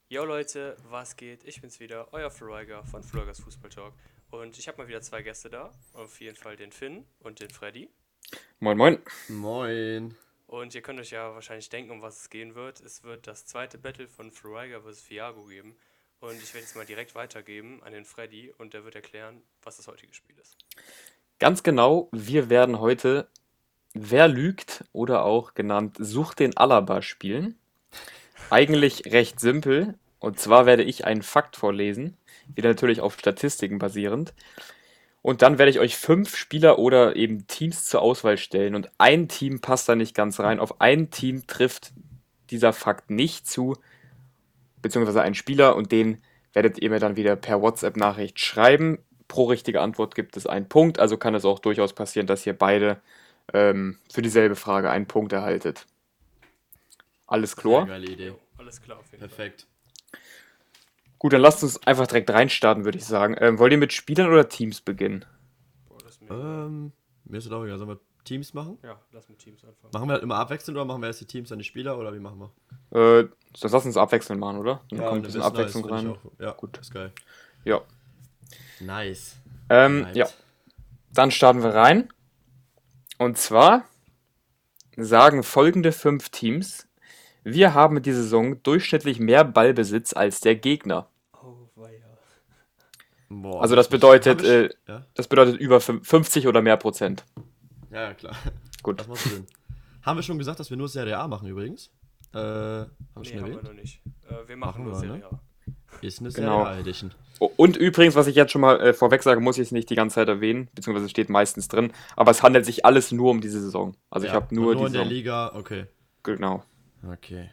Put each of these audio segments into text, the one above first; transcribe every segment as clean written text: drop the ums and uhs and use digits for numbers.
Yo Leute, was geht? Ich bin's wieder, euer Floriger von Florigers Fußball Talk. Und ich habe mal wieder zwei Gäste da. Auf jeden Fall den Finn und den Freddy. Moin, moin. Moin. Und ihr könnt euch ja wahrscheinlich denken, um was es gehen wird. Es wird das zweite Battle von Floriger vs. Fiago geben. Und ich werde jetzt mal direkt weitergeben an den Freddy und der wird erklären, was das heutige Spiel ist. Ganz genau, wir werden heute Wer lügt oder auch genannt Such den Alaba spielen. Eigentlich recht simpel. Und zwar werde ich einen Fakt vorlesen, wieder natürlich auf Statistiken basierend. Und dann werde ich euch 5 Spieler oder eben Teams zur Auswahl stellen. Und ein Team passt da nicht ganz rein. Auf ein Team trifft dieser Fakt nicht zu, beziehungsweise ein Spieler. Und den werdet ihr mir dann wieder per WhatsApp-Nachricht schreiben. Pro richtige Antwort gibt es einen Punkt. Also kann es auch durchaus passieren, dass ihr beide für dieselbe Frage einen Punkt erhaltet. Alles Sehr klar? geile Idee. Jo, alles klar auf jeden Perfekt. Gut, dann lasst uns einfach direkt reinstarten, würde ich sagen. Wollt ihr mit Spielern oder Teams beginnen? Fall. Boah, das ist mir egal. Mir ist es auch egal. Sollen wir Teams machen? Ja, lass mit Teams anfangen. Machen wir halt immer abwechselnd oder machen wir erst die Teams, dann die Spieler oder wie machen wir? Sonst lass uns abwechselnd machen, oder? Dann kommt ein das bisschen ist Abwechslung nice, rein. finde ich auch. Ja, Gut. ist geil. Ja. Nice. Ja, dann starten wir rein. Und zwar sagen folgende 5 Teams, wir haben in dieser Saison durchschnittlich mehr Ballbesitz als der Gegner. Oh, weia. Boah, Also das bedeutet, ja? das bedeutet über 50 oder mehr Prozent. Ja, klar. Gut. Das macht Sinn. Haben wir schon gesagt, dass wir nur Serie A machen übrigens? Haben wir Nee, schon haben wir erwähnt? noch nicht. Wir machen nur wir, ne? Serie A. Ist eine Genau. Serie A Edition. Und übrigens, was ich jetzt schon mal vorweg sage, muss ich es nicht die ganze Zeit erwähnen, beziehungsweise steht meistens drin, aber es handelt sich alles nur um diese Saison. Also ich Ja, habe nur die in der Saison. Liga, okay. Genau. Okay.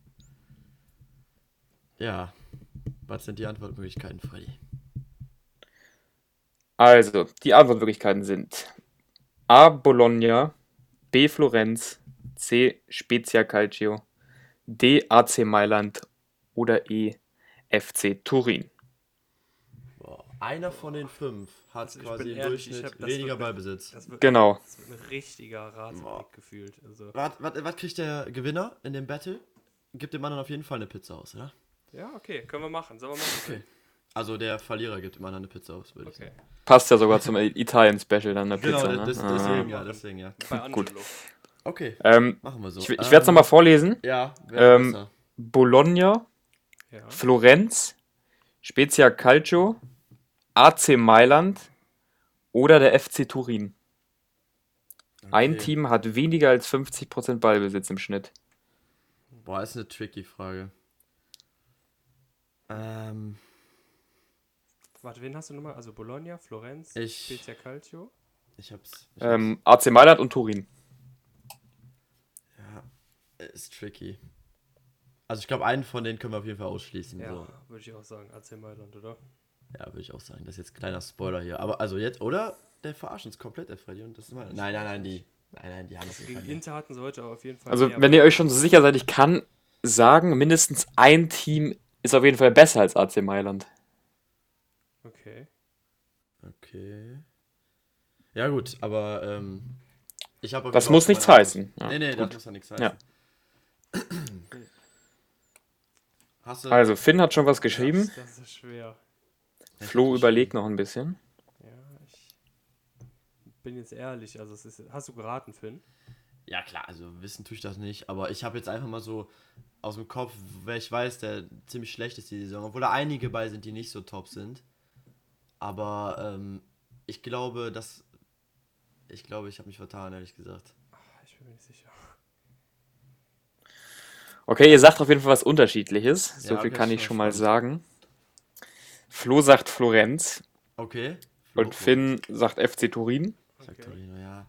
Ja. Was sind die Antwortmöglichkeiten, Freddy? Also, die Antwortmöglichkeiten sind A. Bologna, B. Florenz, C. Spezia Calcio, D. AC Mailand oder E. FC Turin. Boah, einer von den 5 hat Also ich quasi bin im ehrlich, Durchschnitt das weniger wird mir- Ballbesitz. Genau. Das wird ein richtiger Rateblick Boah. gefühlt. Also, Was kriegt der Gewinner in dem Battle? Gibt dem anderen auf jeden Fall eine Pizza aus, oder? ja, okay, können wir machen. Sollen wir machen? Okay. Also der Verlierer gibt dem anderen eine Pizza aus, würde ich Okay. sagen. Passt ja sogar zum Italien-Special dann, der Genau, Pizza, ne? deswegen, ja. Bei Angelo. Gut. Okay, Ähm, machen wir so. ich werde es nochmal vorlesen. Ja, wäre Ähm, besser. Bologna, Ja. Florenz, Spezia Calcio, AC Mailand oder der FC Turin. Ein Okay. Team hat weniger als 50% Ballbesitz im Schnitt. Boah, ist eine tricky Frage. Warte, wen hast du nochmal? Also Bologna, Florenz, Ich- Spezia Calcio. Ich hab's. AC Mailand und Turin. Ja, ist tricky. Also ich glaube, einen von denen können wir auf jeden Fall ausschließen. Ja, So. würde ich auch sagen. AC Mailand, oder? Ja, würde ich auch sagen. Das ist jetzt ein kleiner Spoiler hier. Aber also jetzt, oder? Der verarscht uns komplett, der Freddy. Und das ist mal. Nein, die haben es Gegen Inter hatten sie heute auf jeden Fall. Also, mehr wenn ihr euch Ball. schon so sicher seid, ich kann sagen, mindestens ein Team ist auf jeden Fall besser als AC Mailand. Okay. Okay. Ja, gut, aber ich habe auf Das jeden Fall muss auch nichts meine heißen. Ja, Nee, das gut. muss ja nichts heißen. Ja. Hast du. Also, Finn hat schon was geschrieben. Das ist schwer. Flo überlegt noch ein bisschen. Ja, ich bin jetzt ehrlich. Also, hast du geraten, Finn? Ja, klar, also wissen tue ich das nicht, aber ich habe jetzt einfach mal so aus dem Kopf, wer ich weiß, der ziemlich schlecht ist die Saison, obwohl da einige bei sind, die nicht so top sind. Aber ich glaube, ich habe mich vertan, ehrlich gesagt. Ich bin mir nicht sicher. Okay, ihr sagt auf jeden Fall was Unterschiedliches. So Ja, viel okay, kann ist ich schon schon mal spannend. sagen. Flo sagt Florenz Okay. und Finn sagt FC Turin. Sagt Okay. Torino, ja.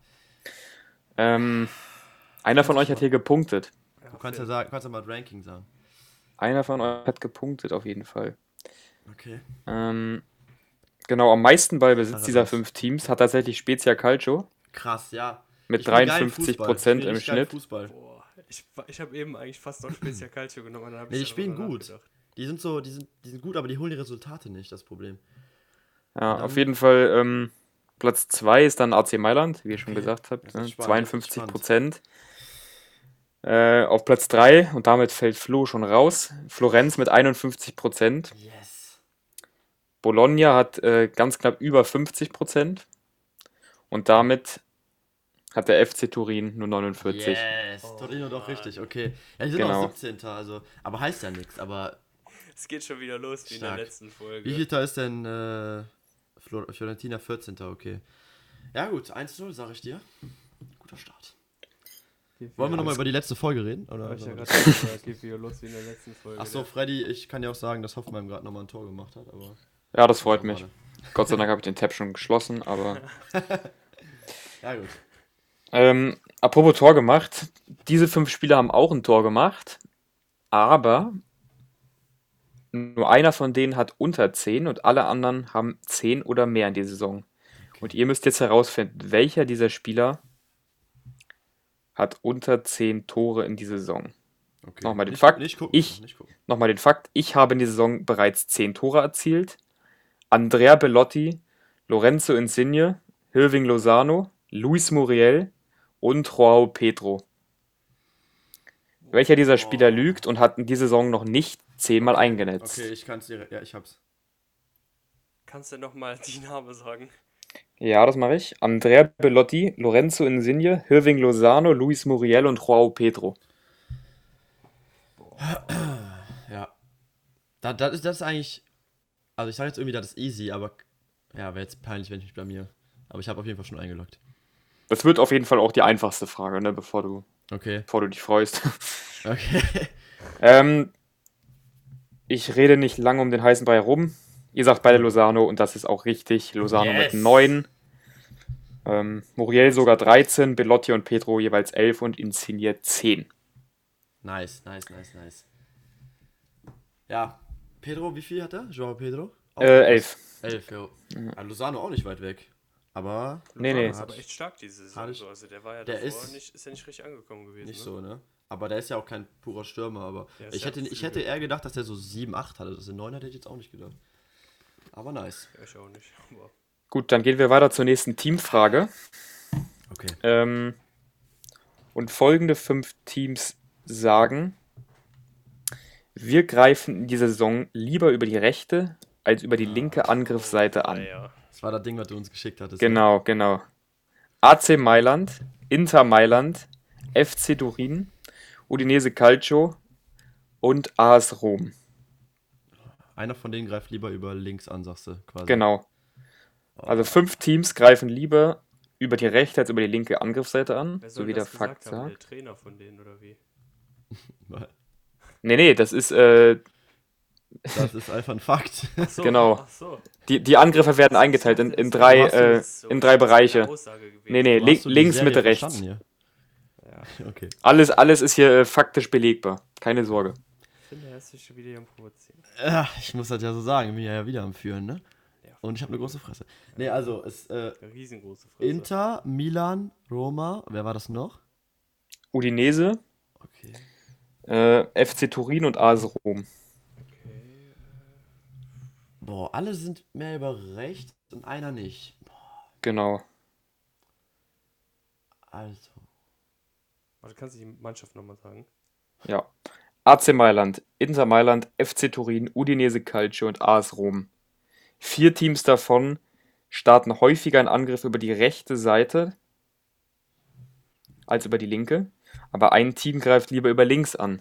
Einer von euch hat hier gepunktet. Ja, Du kannst ja Finn. sagen, kannst ja mal Ranking sagen. Einer von euch hat gepunktet auf jeden Fall. Okay. Genau, am meisten Ballbesitz Paradox. dieser 5 Teams hat tatsächlich Spezia Calcio Krass, ja. mit Ich spiel geilen 53% Fußball. Ich spiel im richtig geilen Schnitt. Fußball. Boah, ich habe eben eigentlich fast noch Spezia Calcio genommen. Und dann hab Nee, die ich spielen darüber gut. nachgedacht. Die sind gut, aber die holen die Resultate nicht, das Problem. Ja, Dann- auf jeden Fall Platz 2 ist dann AC Mailand, wie ihr schon Okay, gesagt habt. das ist Ne? spannend, das ist 52%. Auf Platz 3, und damit fällt Flo schon raus, Florenz mit 51%. Yes. Bologna hat ganz knapp über 50%. Und damit hat der FC Turin nur 49. Yes. Oh, Torino doch Mann. richtig, okay. Ja, die sind Genau. auch 17. Also, aber heißt ja nichts. Aber Es geht schon wieder los wie in der Stark. letzten Folge. wie viel ist denn Fiorentina 14. Okay. Ja gut, 1-0 sag ich dir. Guter Start. Wollen wir nochmal über die letzte Folge reden? Oder? Hab ich ja gerade gesagt, geht wieder los wie in der letzten Folge. Achso, Freddy, ich kann ja auch sagen, dass Hoffenheim gerade nochmal ein Tor gemacht hat, aber. Ja, das freut mich. Warte. Gott sei Dank habe ich den Tab schon geschlossen, aber Ja gut. apropos Tor gemacht, diese 5 Spieler haben auch ein Tor gemacht, aber nur einer von denen hat unter 10 und alle anderen haben 10 oder mehr in der Saison. Und ihr müsst jetzt herausfinden, welcher dieser Spieler hat unter 10 Tore in dieser Saison. Okay. Nochmal den Nicht- Fakt. Nicht gucken, Ich- nicht gucken. Nochmal den Fakt, ich habe in der Saison bereits 10 Tore erzielt. Andrea Bellotti, Lorenzo Insigne, Hirving Lozano, Luis Muriel und Joao Pedro. Welcher dieser Spieler lügt und hat in dieser Saison noch nicht 10-mal eingenetzt? Okay, ich kann's dir. Ja, ich hab's. Kannst du nochmal die Namen sagen? Ja, das mache ich. Andrea Bellotti, Lorenzo Insigne, Hirving Lozano, Luis Muriel und Joao Pedro. Ja. Das ist eigentlich. Also ich sage jetzt irgendwie, das ist easy, aber. Ja, wäre jetzt peinlich, wenn ich mich blamier. Aber ich habe auf jeden Fall schon eingeloggt. Das wird auf jeden Fall auch die einfachste Frage, ne, bevor du Okay. dich freust. Okay. Ich rede nicht lange um den heißen Brei rum. Ihr sagt beide Lozano und das ist auch richtig. Lozano Yes. mit 9. Muriel sogar 13, Bellotti und Pedro jeweils 11 und Insigne 10. Nice. Ja. Pedro, wie viel hat er? Joao Pedro? Auch 11. 11, jo. Ja, Lozano auch nicht weit weg. Aber Nee, Lozano nee. ist aber echt stark diese Saison. Hatte ich- So. Also der war ja der davor ist- ist ja nicht richtig angekommen gewesen. nicht ne? so, ne? Aber der ist ja auch kein purer Stürmer, aber Der ist ich ja hätte, ich Flügel. hätte eher gedacht, dass der so 7, 8 hatte. Das in 9 hätte ich jetzt auch nicht gedacht. Aber nice. Ja, ich auch nicht. Aber Gut, dann gehen wir weiter zur nächsten Teamfrage. Okay. Und folgende 5 Teams sagen, wir greifen in dieser Saison lieber über die rechte als über die linke Angriffsseite an. ja. Das war das Ding, was du uns geschickt hattest. Genau. AC Mailand, Inter Mailand, FC Turin, Udinese Calcio und AS Rom. Einer von denen greift lieber über links an, sagst du quasi. Genau. Also 5 Teams greifen lieber über die rechte als über die linke Angriffsseite an, Wer so soll wie der das gesagt Fakt haben? Der sagt. Trainer von denen oder wie? Nee, das ist, Das ist einfach ein Fakt. Ach so, Genau. Ach so. die Angriffe werden eingeteilt in drei, hast du So, in ich 3 hab das Bereiche. eine Aussage gewählt. Nee, Wo hast du die links, Serie Mitte, rechts. verstanden hier? Ja. Okay. Alles ist hier faktisch belegbar. Keine Sorge. Ich finde, er ist sich schon wieder hier am Provozieren. Ja, ich muss das ja so sagen, ich bin ja wieder am Führen, ne? Ja. Und ich habe eine große Fresse. Nee, also, es Eine riesengroße Fresse. Inter, Milan, Roma, wer war das noch? Udinese, Okay. FC Turin und AS Rom. Okay. Boah, alle sind mehr über rechts und einer nicht. Genau. Also. Warte, kannst du die Mannschaft nochmal sagen? Ja. AC Mailand, Inter Mailand, FC Turin, Udinese Calcio und AS Rom. 4 Teams davon starten häufiger einen Angriff über die rechte Seite als über die linke, aber ein Team greift lieber über links an.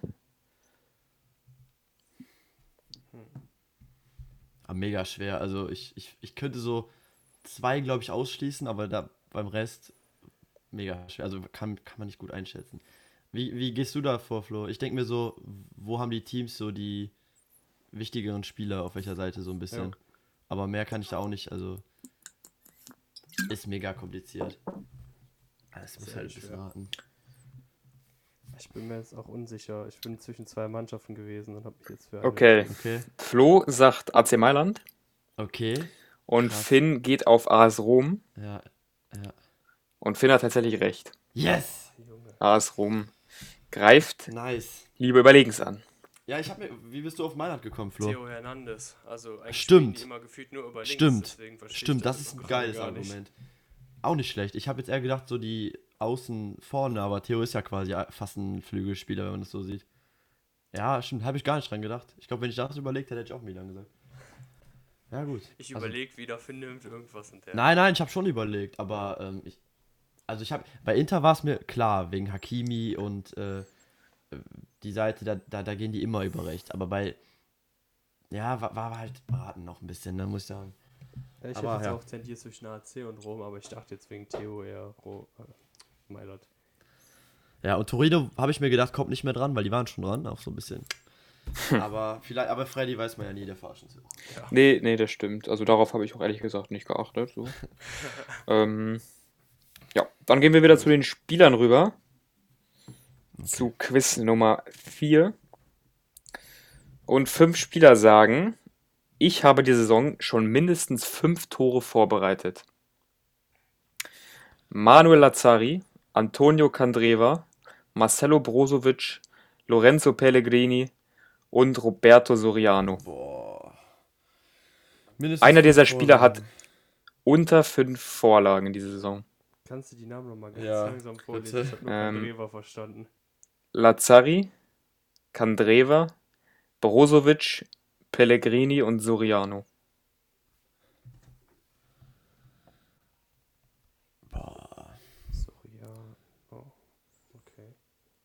Mega schwer. Also ich könnte so 2, glaube ich, ausschließen, aber da beim Rest mega schwer. Also kann man nicht gut einschätzen. Wie gehst du da vor, Flo? Ich denke mir so, wo haben die Teams so die wichtigeren Spieler auf welcher Seite so ein bisschen? Ja. Aber mehr kann ich da auch nicht, also ist mega kompliziert. Es muss Sehr halt ein bisschen schwer. raten. Ich bin mir jetzt auch unsicher. Ich bin zwischen 2 Mannschaften gewesen und habe mich jetzt für eine Okay. entschieden. Okay. Flo sagt AC Mailand Okay. und Krass. Finn geht auf AS Rom Ja. und Finn hat tatsächlich recht. Yes! Junge. AS Rom greift Nice. lieber über links an. Ja, wie bist du auf Mailand gekommen, Flo? Theo Hernandez. Also eigentlich Stimmt. spielen die immer gefühlt nur über links. Stimmt. Deswegen verstehe ich Stimmt, das ist ein immer geiles gar nicht. Argument. Auch nicht schlecht. Ich habe jetzt eher gedacht, so die außen vorne, aber Theo ist ja quasi fast ein Flügelspieler, wenn man das so sieht. Ja, stimmt, habe ich gar nicht dran gedacht. Ich glaube, wenn ich das überlegt hätte, hätte ich auch Milan gesagt. Ja, gut. Ich Also, überlege wieder Finland irgendwas in der. nein, ich habe schon überlegt, aber bei Inter war es mir klar, wegen Hakimi und die Seite, da gehen die immer über rechts. Aber ja, war halt Braten noch ein bisschen, ne, muss ich sagen. Ja, ich aber hätte jetzt ja. auch tendiert zwischen AC und Rom, aber ich dachte jetzt wegen Theo eher Mailand. Ja, und Torino habe ich mir gedacht, kommt nicht mehr dran, weil die waren schon dran, auch so ein bisschen. Aber Freddy weiß man ja nie, der verarschen zu. Nee, das stimmt. Also darauf habe ich auch ehrlich gesagt nicht geachtet. So. Ja, dann gehen wir wieder zu den Spielern rüber. Zu Quiz Nummer 4. Und 5 Spieler sagen, ich habe die Saison schon mindestens 5 Tore vorbereitet. Manuel Lazzari, Antonio Candreva, Marcelo Brozovic, Lorenzo Pellegrini und Roberto Soriano. Boah. Mindestens Einer 5 dieser Spieler hat Vorlagen. unter 5 Vorlagen in dieser Saison. Kannst du die Namen nochmal ganz Ja, langsam vorlesen? bitte. Ich habe nur Candreva verstanden. Lazzari, Candreva, Brozovic, Pellegrini und Soriano. Boah. Sorry, ja. Oh, okay.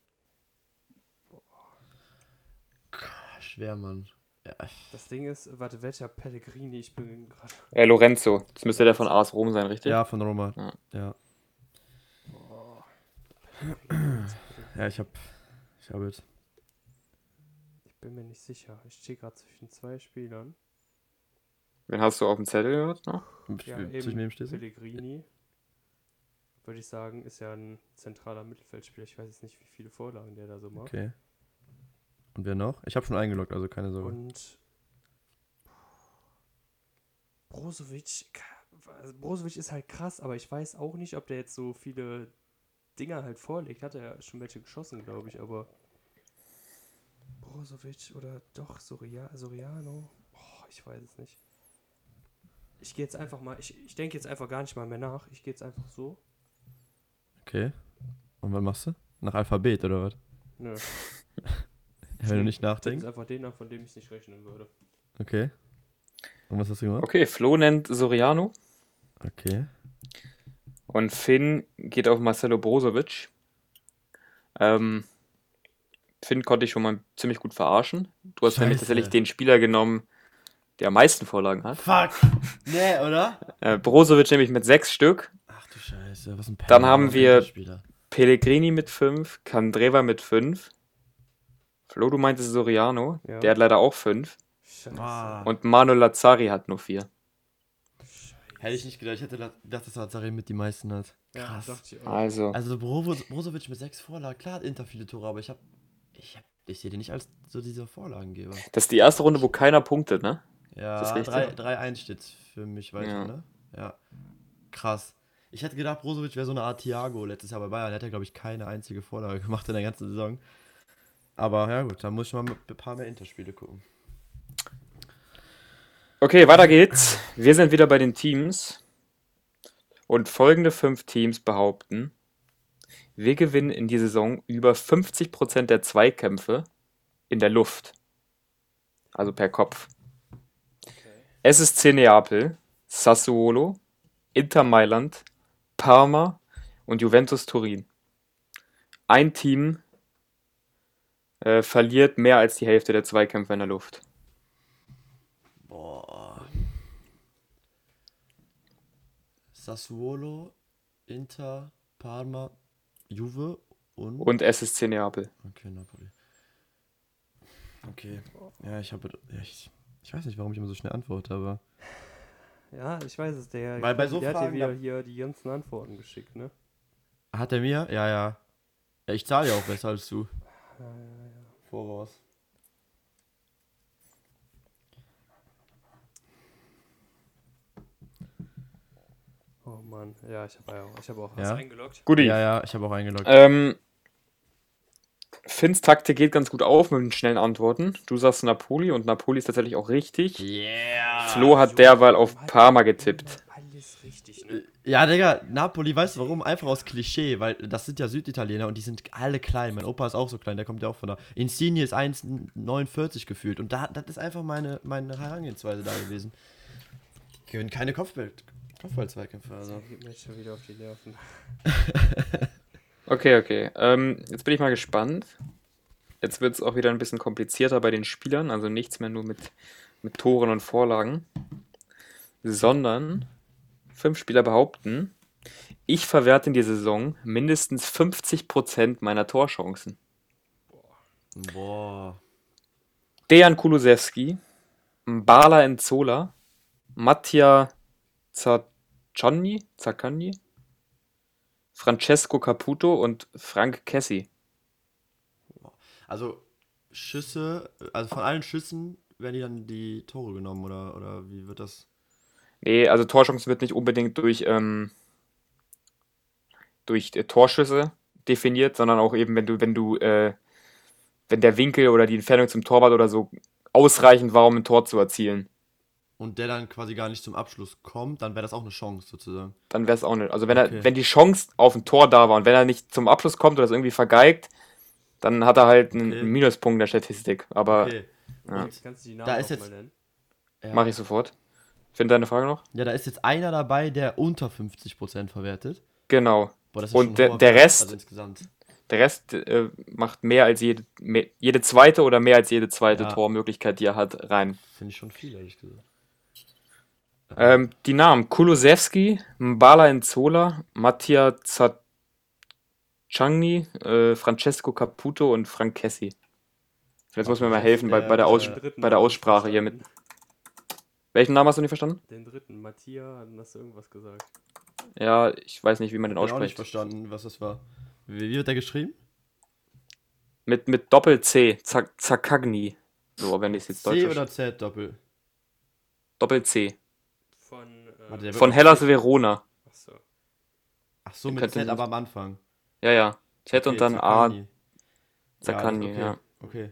Schwer, Mann. Ja. Das Ding ist, warte, welcher Pellegrini? Ich bin gerade. Lorenzo, das müsste der von AS Rom sein, richtig? Ja, von Roma. Ja. Ja, Oh, ja ich hab jetzt. ich bin mir nicht sicher. Ich stehe gerade zwischen 2 Spielern. Wen hast du auf dem Zettel gehört noch? Ja, Zwischen wem stehst du? Pellegrini, würde ich sagen, ist ja ein zentraler Mittelfeldspieler. Ich weiß jetzt nicht, wie viele Vorlagen der da so macht. Okay. Und wer noch? Ich habe schon eingeloggt, also keine Sorge. Und Brozovic ist halt krass, aber ich weiß auch nicht, ob der jetzt so viele Dinger halt vorlegt. Hat er ja schon welche geschossen, glaube ich, aber Brozovic oder doch Soriano? Ich weiß es nicht. Ich gehe jetzt einfach mal, ich denke jetzt einfach gar nicht mal mehr nach. Ich gehe jetzt einfach so. Okay. Und was machst du? Nach Alphabet oder was? Nö. Wenn du nicht Ich denke nachdenkst. jetzt einfach den an, von dem ich nicht rechnen würde. Okay. Und was hast du gemacht? Okay, Flo nennt Soriano Okay. und Finn geht auf Marcelo Brozovic. Finn konnte ich schon mal ziemlich gut verarschen. Du hast nämlich Scheiße. tatsächlich den Spieler genommen, der am meisten Vorlagen hat. Fuck! Nee, oder? Brozovic nämlich mit 6 Stück. Ach du Scheiße, was ein Dann haben wir- Spieler. Pellegrini mit 5, Candreva mit 5. Flo, du meintest Soriano, Ja. der hat leider auch 5. Scheiße. Ah. Und Manuel Lazzari hat nur 4. Hätte ich nicht gedacht, ich hätte gedacht, dass Lazari mit die meisten hat. Ja, Krass. dachte ich auch. Also, Also Brozovic mit 6 Vorlagen, klar hat Inter viele Tore, aber ich sehe den nicht als so dieser Vorlagengeber. das ist die erste Runde, wo keiner punktet, ne? Ja, Das ist richtig. 3-1 steht's für mich weiter, Ja. ne? Ja. Krass. Ich hätte gedacht, Brozovic wäre so eine Art Thiago letztes Jahr bei Bayern. Hätte er, glaube ich, keine einzige Vorlage gemacht in der ganzen Saison. Aber ja gut, dann muss ich mal ein paar mehr Interspiele gucken. Okay, weiter geht's. Wir sind wieder bei den Teams. Und folgende 5 Teams behaupten, wir gewinnen in dieser Saison über 50% der Zweikämpfe in der Luft. Also per Kopf. Okay. SSC Neapel, Sassuolo, Inter Mailand, Parma und Juventus Turin. Ein Team verliert mehr als die Hälfte der Zweikämpfe in der Luft. Boah. Sassuolo, Inter, Parma, Juve Und SSC Neapel. Okay, Napoli. Okay. Ja, ich weiß nicht, warum ich immer so schnell antworte, aber. Ja, ich weiß es, der Weil bei so der hat dir Fragen, wieder da- hier die ganzen Antworten geschickt, ne? Hat er mir? Ja, ja. Ja, ich zahle ja auch besser als du. Voraus. Oh Mann, ja, ich habe auch was Ja? eingeloggt. Guti. Ja, ich habe auch eingeloggt. Finns Taktik geht ganz gut auf mit den schnellen Antworten. Du sagst Napoli und Napoli ist tatsächlich auch richtig. Yeah! Flo hat derweil auf Parma getippt. Alles richtig, ne? Ja, Digga, Napoli, weißt du warum? Einfach aus Klischee, weil das sind ja Süditaliener und die sind alle klein. Mein Opa ist auch so klein, der kommt ja auch von da. Insigne ist 1,49 gefühlt und das ist einfach meine Herangehensweise da gewesen. Die gewinnen keine Kopfball-Zweikämpfe, also. Geht mir schon wieder auf die Nerven. Okay. Jetzt bin ich mal gespannt. Jetzt wird es auch wieder ein bisschen komplizierter bei den Spielern, also nichts mehr nur mit Toren und Vorlagen, sondern 5 Spieler behaupten, ich verwerte in dieser Saison mindestens 50% meiner Torchancen. Boah. Dejan Kulusewski, Mbala Nzola, Mattia Zaccagni, Francesco Caputo und Frank Kessie. Also Schüsse, also von allen Schüssen werden die dann die Tore genommen oder wie wird das? Nee, also Torchancen wird nicht unbedingt durch Torschüsse definiert, sondern auch eben, wenn der Winkel oder die Entfernung zum Torwart oder so ausreichend war, um ein Tor zu erzielen. Und der dann quasi gar nicht zum Abschluss kommt, dann wäre das auch eine Chance sozusagen. Dann wäre es auch nicht. Also Okay. wenn die Chance auf ein Tor da war und wenn er nicht zum Abschluss kommt oder es irgendwie vergeigt, dann hat er halt einen Okay. Minuspunkt in der Statistik. Aber Okay. ja, Jetzt kannst du die Da Namen ist noch mal jetzt- nennen. Ja. mache ich sofort. Find deine Frage noch? Ja, da ist jetzt einer dabei, der unter 50% verwertet. Genau. Boah, das ist Und schon ein der hoher Wert, Rest- also insgesamt. Der Rest macht mehr als jede zweite oder mehr als jede zweite Ja. Tormöglichkeit, die er hat, rein. Finde ich schon viel, ehrlich gesagt. Die Namen: Kulusewski, Mbala Nzola, Mattia Zaccagni, Francesco Caputo und Frank Kessie. Jetzt muss mir mal helfen bei der Dritten bei der Namen Aussprache hier mit. verstanden. Welchen Namen hast du nicht verstanden? Den dritten, Mattia, dann hast du irgendwas gesagt. Ja, ich weiß nicht, wie man den Ich habe auch nicht ausspricht. verstanden, was das war. Wie wird der geschrieben? Mit Doppel-C, Zaccagni. So, wenn ich es jetzt C deutsch oder Z Doppel? Doppel-C. Von, Warte, der wird Von auch Hellas C- Verona. achso. Ach so, mit könnte Z sein. aber am Anfang. Ja. Z Okay, und dann Zaccagni. Zaccagni, das- ja. Okay.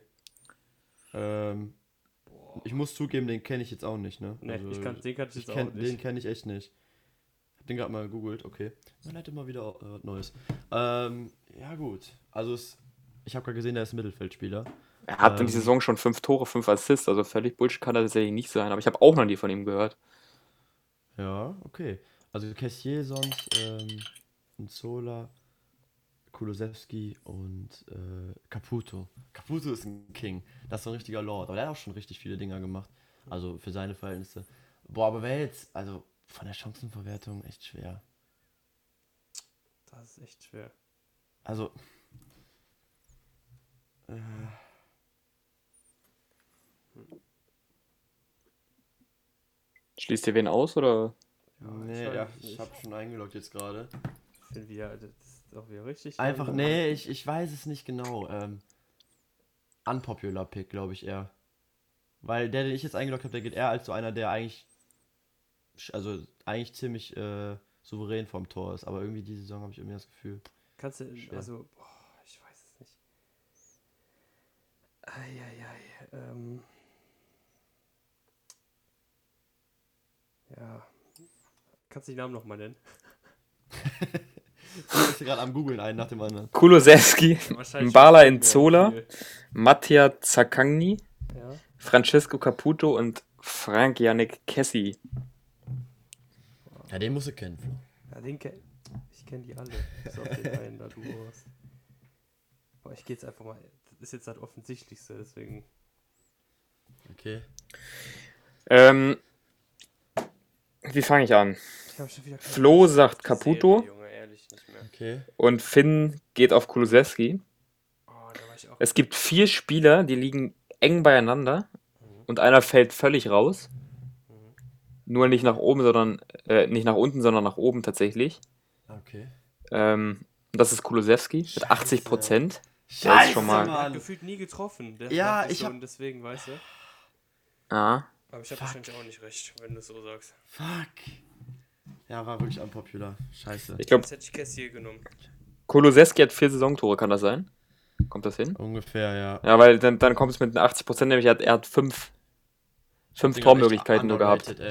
Ich muss zugeben, den kenne ich jetzt auch nicht, ne? Ne, den kannte ich jetzt auch Den nicht. kenne ich echt nicht. Hab den gerade mal gegoogelt, okay. Man lernt immer wieder was Neues. Ja gut. Also ich habe gerade gesehen, der ist Mittelfeldspieler. Er hat in dieser Saison schon 5 Tore, 5 Assists, also völlig Bullshit kann er tatsächlich nicht sein, aber ich habe auch noch nie von ihm gehört. Ja, okay. Also Kessier sonst, Nzola, Kulusewski und Caputo. Caputo ist ein King. Das ist so ein richtiger Lord. Aber der hat auch schon richtig viele Dinger gemacht. Also für seine Verhältnisse. Boah, aber wer jetzt, also von der Chancenverwertung echt schwer. Das ist echt schwer. Also. Schließt ihr wen aus oder? Nee, weiß ja, nicht. ich habe schon eingeloggt jetzt gerade. Ich finde wieder, das ist doch wieder richtig. Einfach, nee, ich weiß es nicht genau. Unpopular Pick, glaube ich eher. Weil der, den ich jetzt eingeloggt habe, der geht eher als so einer, der eigentlich ziemlich souverän vom Tor ist. Aber irgendwie diese Saison habe ich irgendwie das Gefühl. Kannst du, Schwer. also, ich weiß es nicht. Ja. Kannst du die Namen nochmal nennen? Ich bin gerade am Googlen einen nach dem anderen. Kulusewski, Wahrscheinlich Mbala schon Nzola, viel. Mattia Zaccagni, Ja. Francesco Caputo und Frank Yannick Kessie. Ja, den musst du kennen, Flo. Ja, ich kenne die alle. Bis auf den einen da, du hast. Boah, ich gehe jetzt einfach mal. Das ist jetzt das Offensichtlichste, deswegen. Okay. Wie fange ich an? Ich habe schon wieder keine Flo Lust sagt auf die Caputo. Serie, Junge, ehrlich nicht mehr. Okay. Und Finn geht auf Kulusewski. Oh, da war ich auch. Es gibt 4 Spieler, die liegen eng beieinander und einer fällt völlig raus. Nur nicht nach oben, sondern nicht nach unten, sondern nach oben tatsächlich. Okay. Das ist Kulusewski mit Scheiße. 80%. Scheiße, schon mal- Der hat Mann. gefühlt nie getroffen. Der Ja, dachte ich hab- schon, deswegen, weißt du. Ja. Aber ich habe wahrscheinlich auch nicht recht, wenn du es so sagst. Fuck. Ja, war wirklich unpopular. Scheiße. Ich glaube, Jetzt hätte ich Kessier genommen. Kulusewski hat 4 Saisontore, kann das sein? Kommt das hin? Ungefähr, ja. Ja, weil dann kommt es mit den 80%, nämlich er hat 5 Tormöglichkeiten nur gehabt. Underrated, ey.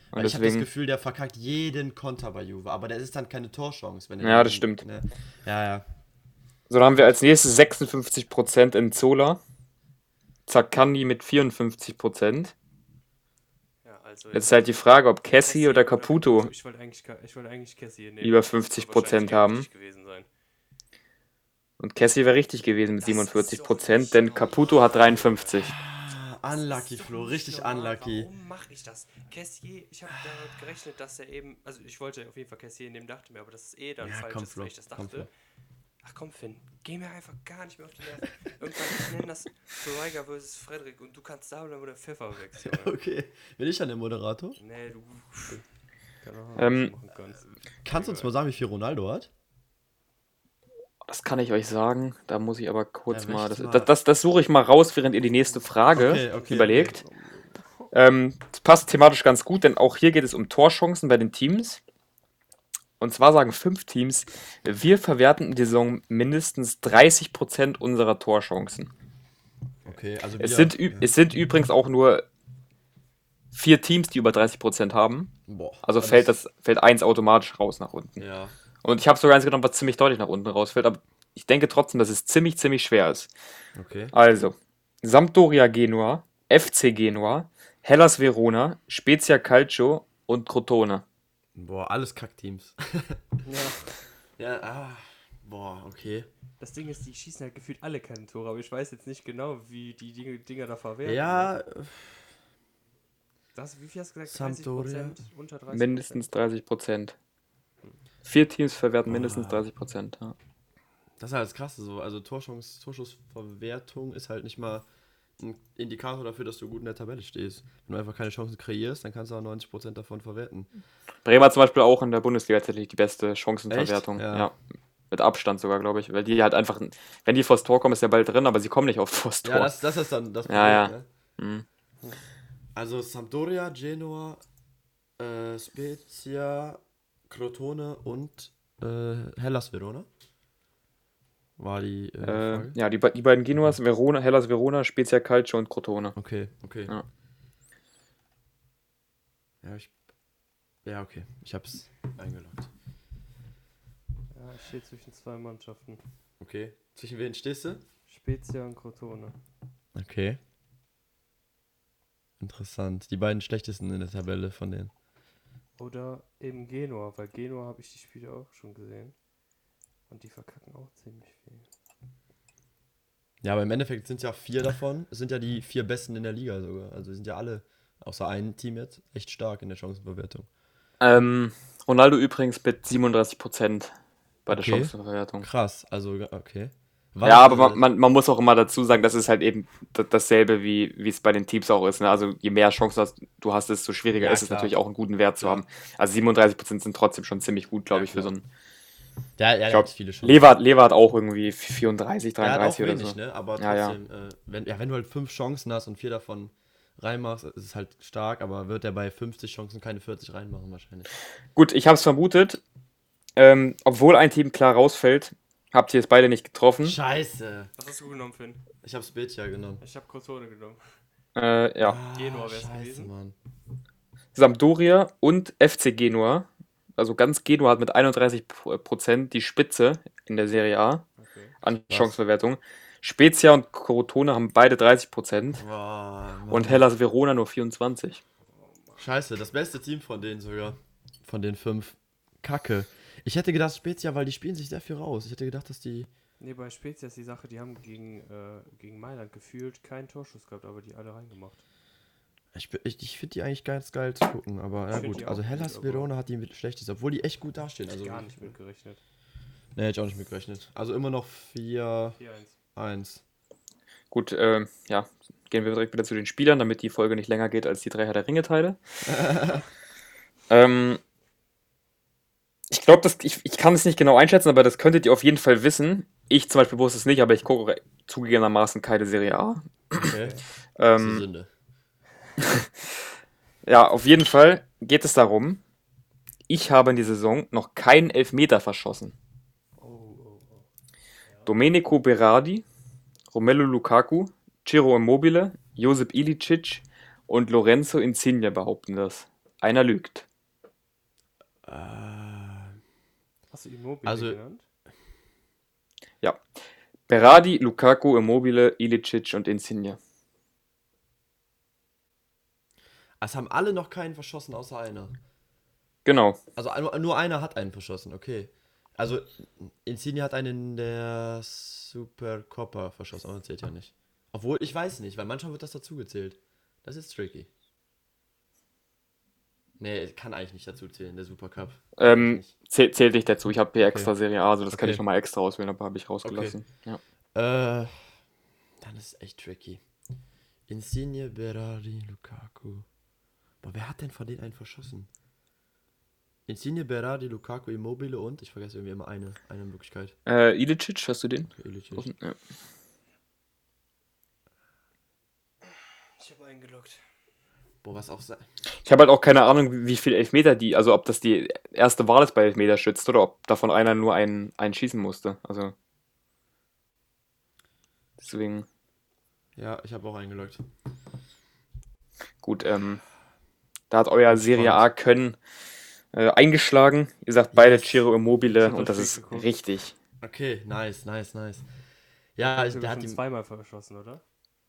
Und Weil ich habe das deswegen, Gefühl, der verkackt jeden Konter bei Juve, aber der ist dann keine Torchance, wenn er ja, den- das stimmt. Ne? Ja, ja. So, dann haben wir als nächstes 56% in Zola. Zaccagni mit 54%. Ja, also Jetzt ist halt die Frage, ob Kessie oder Caputo Ich wollte eigentlich Cassie nehmen. über Das wird 50% wahrscheinlich haben. richtig gewesen sein. Und Kessie wäre richtig gewesen mit Das ist 47%, doch denn nicht Caputo hat 53. Unlucky, Das ist Flo, doch richtig nicht normal. unlucky. Warum mache ich das? Cassier, ich habe damit gerechnet, dass er eben, also ich wollte auf jeden Fall Cassier nehmen, dachte mir, aber das ist dann Ja, falsch komm, ist, Flo, weil ich das komm, dachte. Flo. Ach komm, Finn, geh mir einfach gar nicht mehr auf die Nerven. Irgendwann, ich nenne das Floriga versus Frederik und du kannst da bleiben, wo der Pfeffer wächst, Junge. Okay. Bin ich dann der Moderator? Nee, du. Keine Ahnung, Ähm, was du machen kannst. Kannst du uns mal sagen, wie viel Ronaldo hat? Das kann ich euch sagen. Da muss ich aber kurz Ja, mal. möchtest Das, mal- das suche ich mal raus, während ihr die nächste Frage Okay, überlegt. Das passt thematisch ganz gut, denn auch hier geht es um Torchancen bei den Teams. Und zwar sagen 5 Teams, wir verwerten in der Saison mindestens 30% unserer Torchancen. Okay, also Es wieder- es sind übrigens auch nur 4 Teams, die über 30% haben. Boah. Also Aber fällt eins automatisch raus nach unten. Ja. Und ich habe sogar eins genommen, was ziemlich deutlich nach unten rausfällt, aber ich denke trotzdem, dass es ziemlich, ziemlich schwer ist. Okay. Also, Sampdoria Genua, FC Genua, Hellas Verona, Spezia Calcio und Crotone. Boah, alles Kackteams. Ja, Ja, boah, okay. das Ding ist, die schießen halt gefühlt alle keine Tore, aber ich weiß jetzt nicht genau, wie die Dinger da verwerten. Ja, Wie viel hast du gesagt? Sampdoria. 30%? Unter 30%? Mindestens 30%. 4 Teams verwerten mindestens 30%. Ja. das ist halt das Krasse so. Also Torschussverwertung ist halt nicht mal ein Indikator dafür, dass du gut in der Tabelle stehst. Wenn du einfach keine Chancen kreierst, dann kannst du auch 90% davon verwerten. Bremen hat zum Beispiel auch in der Bundesliga tatsächlich die beste Chancenverwertung. Echt? Ja. Ja. Mit Abstand sogar, glaube ich. Weil die halt einfach, wenn die vors Tor kommen, ist der Ball drin, aber sie kommen nicht oft vors Tor. Ja, das ist dann das Ja, ja. Ne? Mhm. Also Sampdoria, Genoa, Spezia, Crotone und Hellas Verona. War die Frage? Ja, die beiden Genuas, Verona, Hellas Verona, Spezia Calcio und Crotone. Okay. Ja. Ja, okay. Ich hab's eingeloggt. Ja, ich stehe zwischen zwei Mannschaften. Okay. Zwischen wen stehst du? Spezia und Crotone. Okay. Interessant. Die beiden schlechtesten in der Tabelle von denen. Oder eben Genua, weil Genua habe ich die Spiele auch schon gesehen. Und die verkacken auch ziemlich viel. Ja, aber im Endeffekt sind es ja 4 davon. Es sind ja die 4 besten in der Liga sogar. Also sind ja alle, außer ein Team jetzt, echt stark in der Chancenverwertung. Ronaldo übrigens mit 37% bei der Okay. Chancenverwertung. Krass, also okay. Ja, aber man muss auch immer dazu sagen, das ist halt eben dasselbe, wie es bei den Teams auch ist. Ne? Also je mehr Chancen du hast, desto schwieriger Ja, ist es klar. natürlich auch einen guten Wert zu Klar. haben. Also 37% sind trotzdem schon ziemlich gut, glaube Ja, ich, für klar. so einen. Ja, Ich glaube, hat viele Chancen. Lever hat auch irgendwie 34, Der hat auch 33 oder wenig, so. ne? Aber Ja, ja. trotzdem, wenn du halt 5 Chancen hast und 4 davon reinmachst, ist es halt stark, aber wird er bei 50 Chancen keine 40 reinmachen wahrscheinlich. Gut, ich habe es vermutet. Obwohl ein Team klar rausfällt, habt ihr es beide nicht getroffen. Scheiße. Was hast du genommen, Finn? Ich habe Spezia genommen. Ich habe Crotone genommen. Ja. Genua wär's Scheiße, gewesen. Mann. Sampdoria und FC Genua. Also ganz Genua hat mit 31% die Spitze in der Serie A Okay. an Krass. Chancenverwertung. Spezia und Crotone haben beide 30% Boah, Mann. und Hellas Verona nur 24%. Scheiße, das beste Team von denen sogar. Von den 5. Kacke. Ich hätte gedacht Spezia, weil die spielen sich sehr viel raus. Ich hätte gedacht, dass die... Nee, bei Spezia ist die Sache, die haben gegen Mailand gefühlt keinen Torschuss gehabt, aber die alle reingemacht. Ich finde die eigentlich ganz geil zu gucken, aber Ich ja find gut. die auch Also gut, Hellas aber- Verona hat die mit schlechtest, obwohl die echt gut dastehen. Also Gar nicht mitgerechnet. Nee, hätte ich auch nicht mitgerechnet. Also immer noch 4-1. 4-1. Gut, ja, gehen wir direkt wieder zu den Spielern, damit die Folge nicht länger geht als die 3 Herr der Ringe-Teile. Ich glaube, ich kann es nicht genau einschätzen, aber das könntet ihr auf jeden Fall wissen. Ich zum Beispiel wusste es nicht, aber ich gucke zugegebenermaßen keine Serie A. Okay. Das ist eine Ähm, Sünde. ja, auf jeden Fall geht es darum, ich habe in dieser Saison noch keinen Elfmeter verschossen. Oh. Domenico Berardi, Romelu Lukaku, Ciro Immobile, Josip Ilicic und Lorenzo Insigne behaupten das. einer lügt. Hast du Immobile Also- genannt? Ja. Berardi, Lukaku, Immobile, Ilicic und Insigne. Es haben alle noch keinen verschossen, außer einer. Genau. Also nur einer hat einen verschossen, okay. Also Insigne hat einen in der Supercoppa verschossen, aber das zählt ja nicht. Obwohl, ich weiß nicht, weil manchmal wird das dazu gezählt. Das ist tricky. Nee, kann eigentlich nicht dazu zählen, der Supercup. Nicht. Zählt nicht dazu. Ich habe hier Okay. extra Serie A, also das kann Okay. ich nochmal extra auswählen, aber habe ich rausgelassen. Ja. Dann ist es echt tricky. Insigne, Berardi, Lukaku. Boah, wer hat denn von denen einen verschossen? Insigne, Berardi, Lukaku, Immobile und ich vergesse irgendwie immer eine Möglichkeit. Ilicic, hast du den? Ilicic. Ja. Ich habe eingeloggt. Boah, was auch sein. Ich habe halt auch keine Ahnung, wie viel Elfmeter also ob das die erste Wahl ist bei Elfmeterschützen oder ob davon einer nur einen schießen musste. Also. Deswegen, Ja, ich habe auch eingeloggt. gut, da hat euer Serie A Können eingeschlagen. Ihr sagt beide Yes. Ciro Ich Immobile hab und das das Spiel ist geguckt. richtig. Okay, nice. Ja, Ich habe der hat schon die. zweimal verschossen, oder?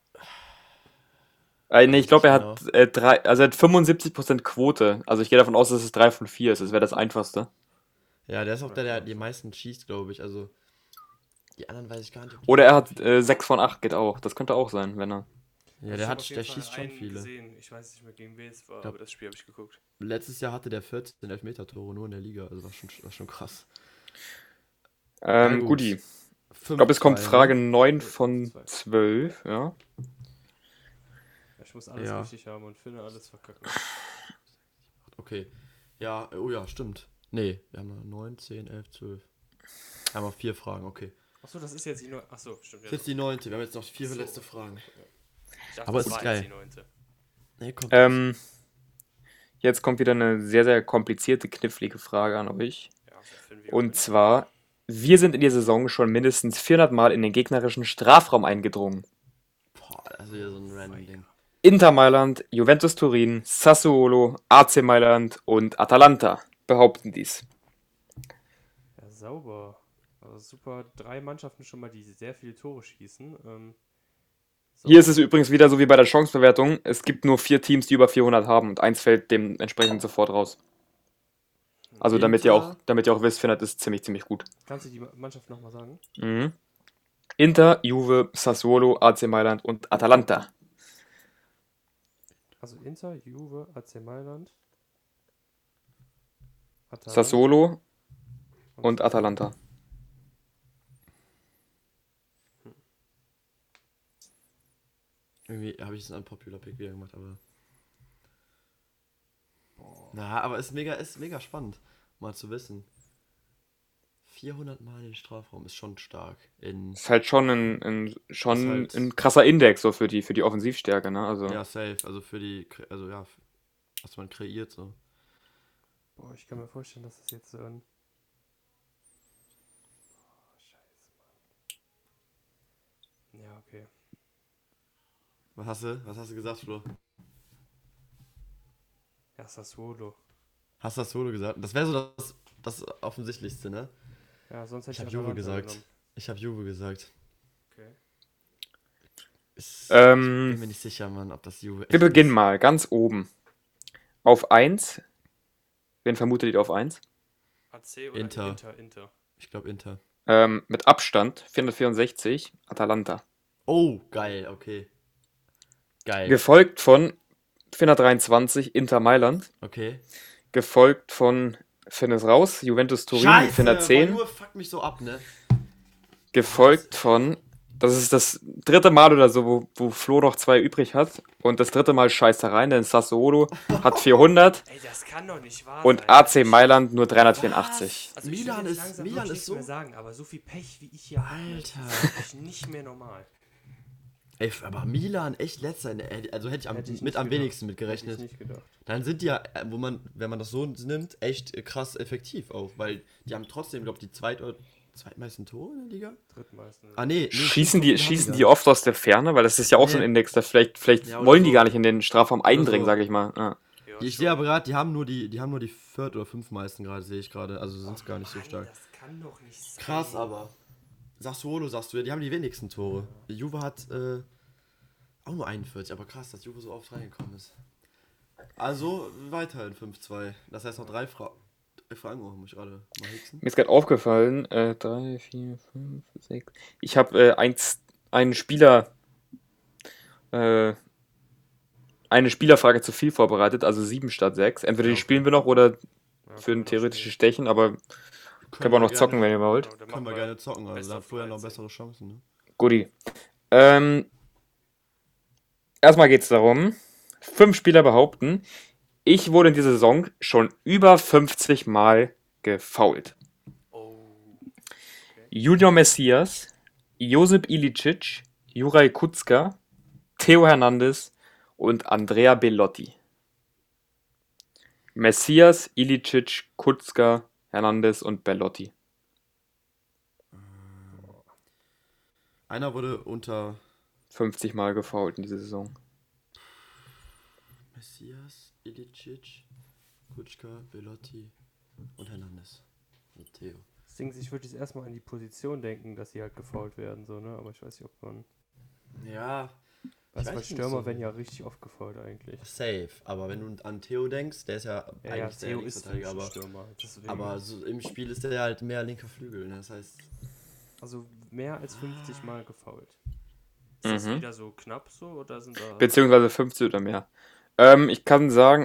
Nee, ich glaube, er Genau. hat er hat 75% Quote. Also ich gehe davon aus, dass es 3 von 4 ist. Das wäre das Einfachste. Ja, der ist auch der die meisten schießt, glaube ich. Also, die anderen weiß ich gar nicht. Ob die Oder er hat so viel- 6 von 8, geht auch. Das könnte auch sein, wenn er. Ja, Ich der hab auf jeden der Fall schießt schon einen viele. Gesehen. Ich weiß nicht mehr, gegen wen es war, Ja. aber das Spiel habe ich geguckt. Letztes Jahr hatte der 14 Elfmeter-Tore nur in der Liga. Also, war schon krass. gut. Guti. Ich glaube, es kommt 5-2, Frage ne? 9 von 12, ja. Ich muss alles Ja. richtig haben und finde alles verkacken. Okay. Ja, oh ja, stimmt. Nee, wir haben noch 9, 10, 11, 12. Wir haben noch 4 Fragen, okay. Achso, das ist jetzt die neue. Achso, stimmt. Das ist die 9. Wir haben jetzt noch 4 So. letzte Fragen. Ich dachte, Aber das es ist war geil. jetzt die 9. Nee, kommt Jetzt kommt wieder eine sehr, sehr komplizierte, knifflige Frage an euch. Ja, das finden wir Und gut. zwar, wir sind in der Saison schon mindestens 400 Mal in den gegnerischen Strafraum eingedrungen. Boah, also hier so ein random Ding. Inter Mailand, Juventus Turin, Sassuolo, AC Mailand und Atalanta behaupten dies. Ja, sauber. Also super, 3 Mannschaften schon mal, die sehr viele Tore schießen. Hier ist es übrigens wieder so wie bei der Chancenbewertung. Es gibt nur 4 Teams, die über 400 haben und eins fällt dementsprechend sofort raus. Also damit ihr auch wisst, 400 ist ziemlich, ziemlich gut. Kannst du die Mannschaft nochmal sagen? Mhm. Inter, Juve, Sassuolo, AC Mailand und Atalanta. Also Inter, Juve, AC Mailand, Atalanta Sassuolo und Atalanta. Irgendwie habe ich es an Popular Pick wieder gemacht, aber. Na, aber ist mega spannend, mal zu wissen. 400 Mal in den Strafraum ist schon stark. Ist halt schon Ist halt- ein krasser Index so für die Offensivstärke, ne? Also Ja, safe. Also für die, also ja, was man kreiert so. Boah, ich kann mir vorstellen, dass das jetzt Scheiße, Mann. Ja, okay. Was hast du gesagt, Flo? Ja, Sassuolo. Hast du das Solo gesagt? Das wäre so das Offensichtlichste, ne? Ja, sonst hätte Ich habe Atalanta Juve gesagt. genommen. Ich habe Juve gesagt. Okay. Ich Ähm, bin mir nicht sicher, Mann, ob das Juve wir echt beginnen ist. mal ganz oben. Auf 1. Wen vermutet ihr auf 1? AC oder Inter. Inter. Ich glaube Inter. Mit Abstand 464 Atalanta. Oh, geil, okay. Geil. Gefolgt von 423 Inter Mailand. Okay. Gefolgt von, finde es raus, Juventus Turin mit 410. Juve fuckt mich so ab, ne? Gefolgt von, das ist das dritte Mal oder so, wo Flo noch 2 übrig hat. Und das dritte Mal scheißt er rein, denn Sassuolo hat 400 Ey, das kann doch nicht wahr und sein. AC Mailand nur 384. Also ich Milan will jetzt ist- langsam Milan wirklich ist nichts so- mehr sagen, aber so viel Pech, wie ich hier habe, Alter. ist wirklich nicht mehr normal. Ey, aber Milan echt letzter, ne? Also hätte ich am Hätte ich mit nicht am gedacht. wenigsten mit Hätte gerechnet. ich nicht gedacht. Dann sind die ja, wenn man das so nimmt, echt krass effektiv auch, weil die haben trotzdem, glaube ich, die zweitmeisten Tore in der Liga. Drittmeisten. Ah, nee. Schießen die gar oft aus der Ferne? Weil das ist ja auch so ein Nee. Index, da vielleicht Ja, oder wollen die so. gar nicht in den Strafraum eindringen, so. sag ich mal. Ja. Ja, Ich sehe aber gerade, die haben nur die viert- oder fünftmeisten gerade, sehe ich gerade. Also sind es gar nicht so Mann, stark. das kann doch nicht sein. Krass, aber. Sassuolo, sagst du, ja, die haben die wenigsten Tore. Die Juve hat auch nur 41, aber krass, dass Juve so oft reingekommen ist. Also weiter in 5-2. Das heißt noch drei Fragen, muss ich gerade mal hicksen. Mir ist gerade aufgefallen, 3, 4, 5, 6. Ich habe einen Spieler, eine Spielerfrage zu viel vorbereitet, also 7 statt 6. Entweder die Okay. spielen wir noch oder Ja, für ein können wir noch theoretisches spielen. Stechen, aber können wir auch noch zocken, wenn ihr wollt. Genau, dann Können wir machen gerne zocken, also Best da of vorher noch 13. bessere Chancen, ne? Guti. Erstmal geht es darum, 5 Spieler behaupten, ich wurde in dieser Saison schon über 50 Mal gefoult. Oh. Junior Messias, Josip Ilicic, Juraj Kucka, Theo Hernandez und Andrea Bellotti. Messias, Ilicic, Kucka, Hernandez und Bellotti. Einer wurde unter 50 Mal gefoult in dieser Saison. Messias, Ilicic, Kucka, Bellotti und Hernandez. Und Theo. Das Ding ist, ich würde jetzt erstmal an die Position denken, dass sie halt gefoult werden, so, ne? Aber ich weiß nicht, ob man. Ja, Also weiß bei nicht Stürmer so. werden ja richtig oft gefoult eigentlich. safe. Aber wenn du an Theo denkst, der ist ja Ja, eigentlich der Theo ist Linksverteidiger, ein aber, Stürmer. Deswegen. aber so im Spiel ist der halt mehr linker Flügel, ne? Das heißt, Also mehr als 50 Mal gefoult. Ist das Mhm. wieder so knapp so oder sind da. Beziehungsweise 50 oder mehr. Ich kann sagen,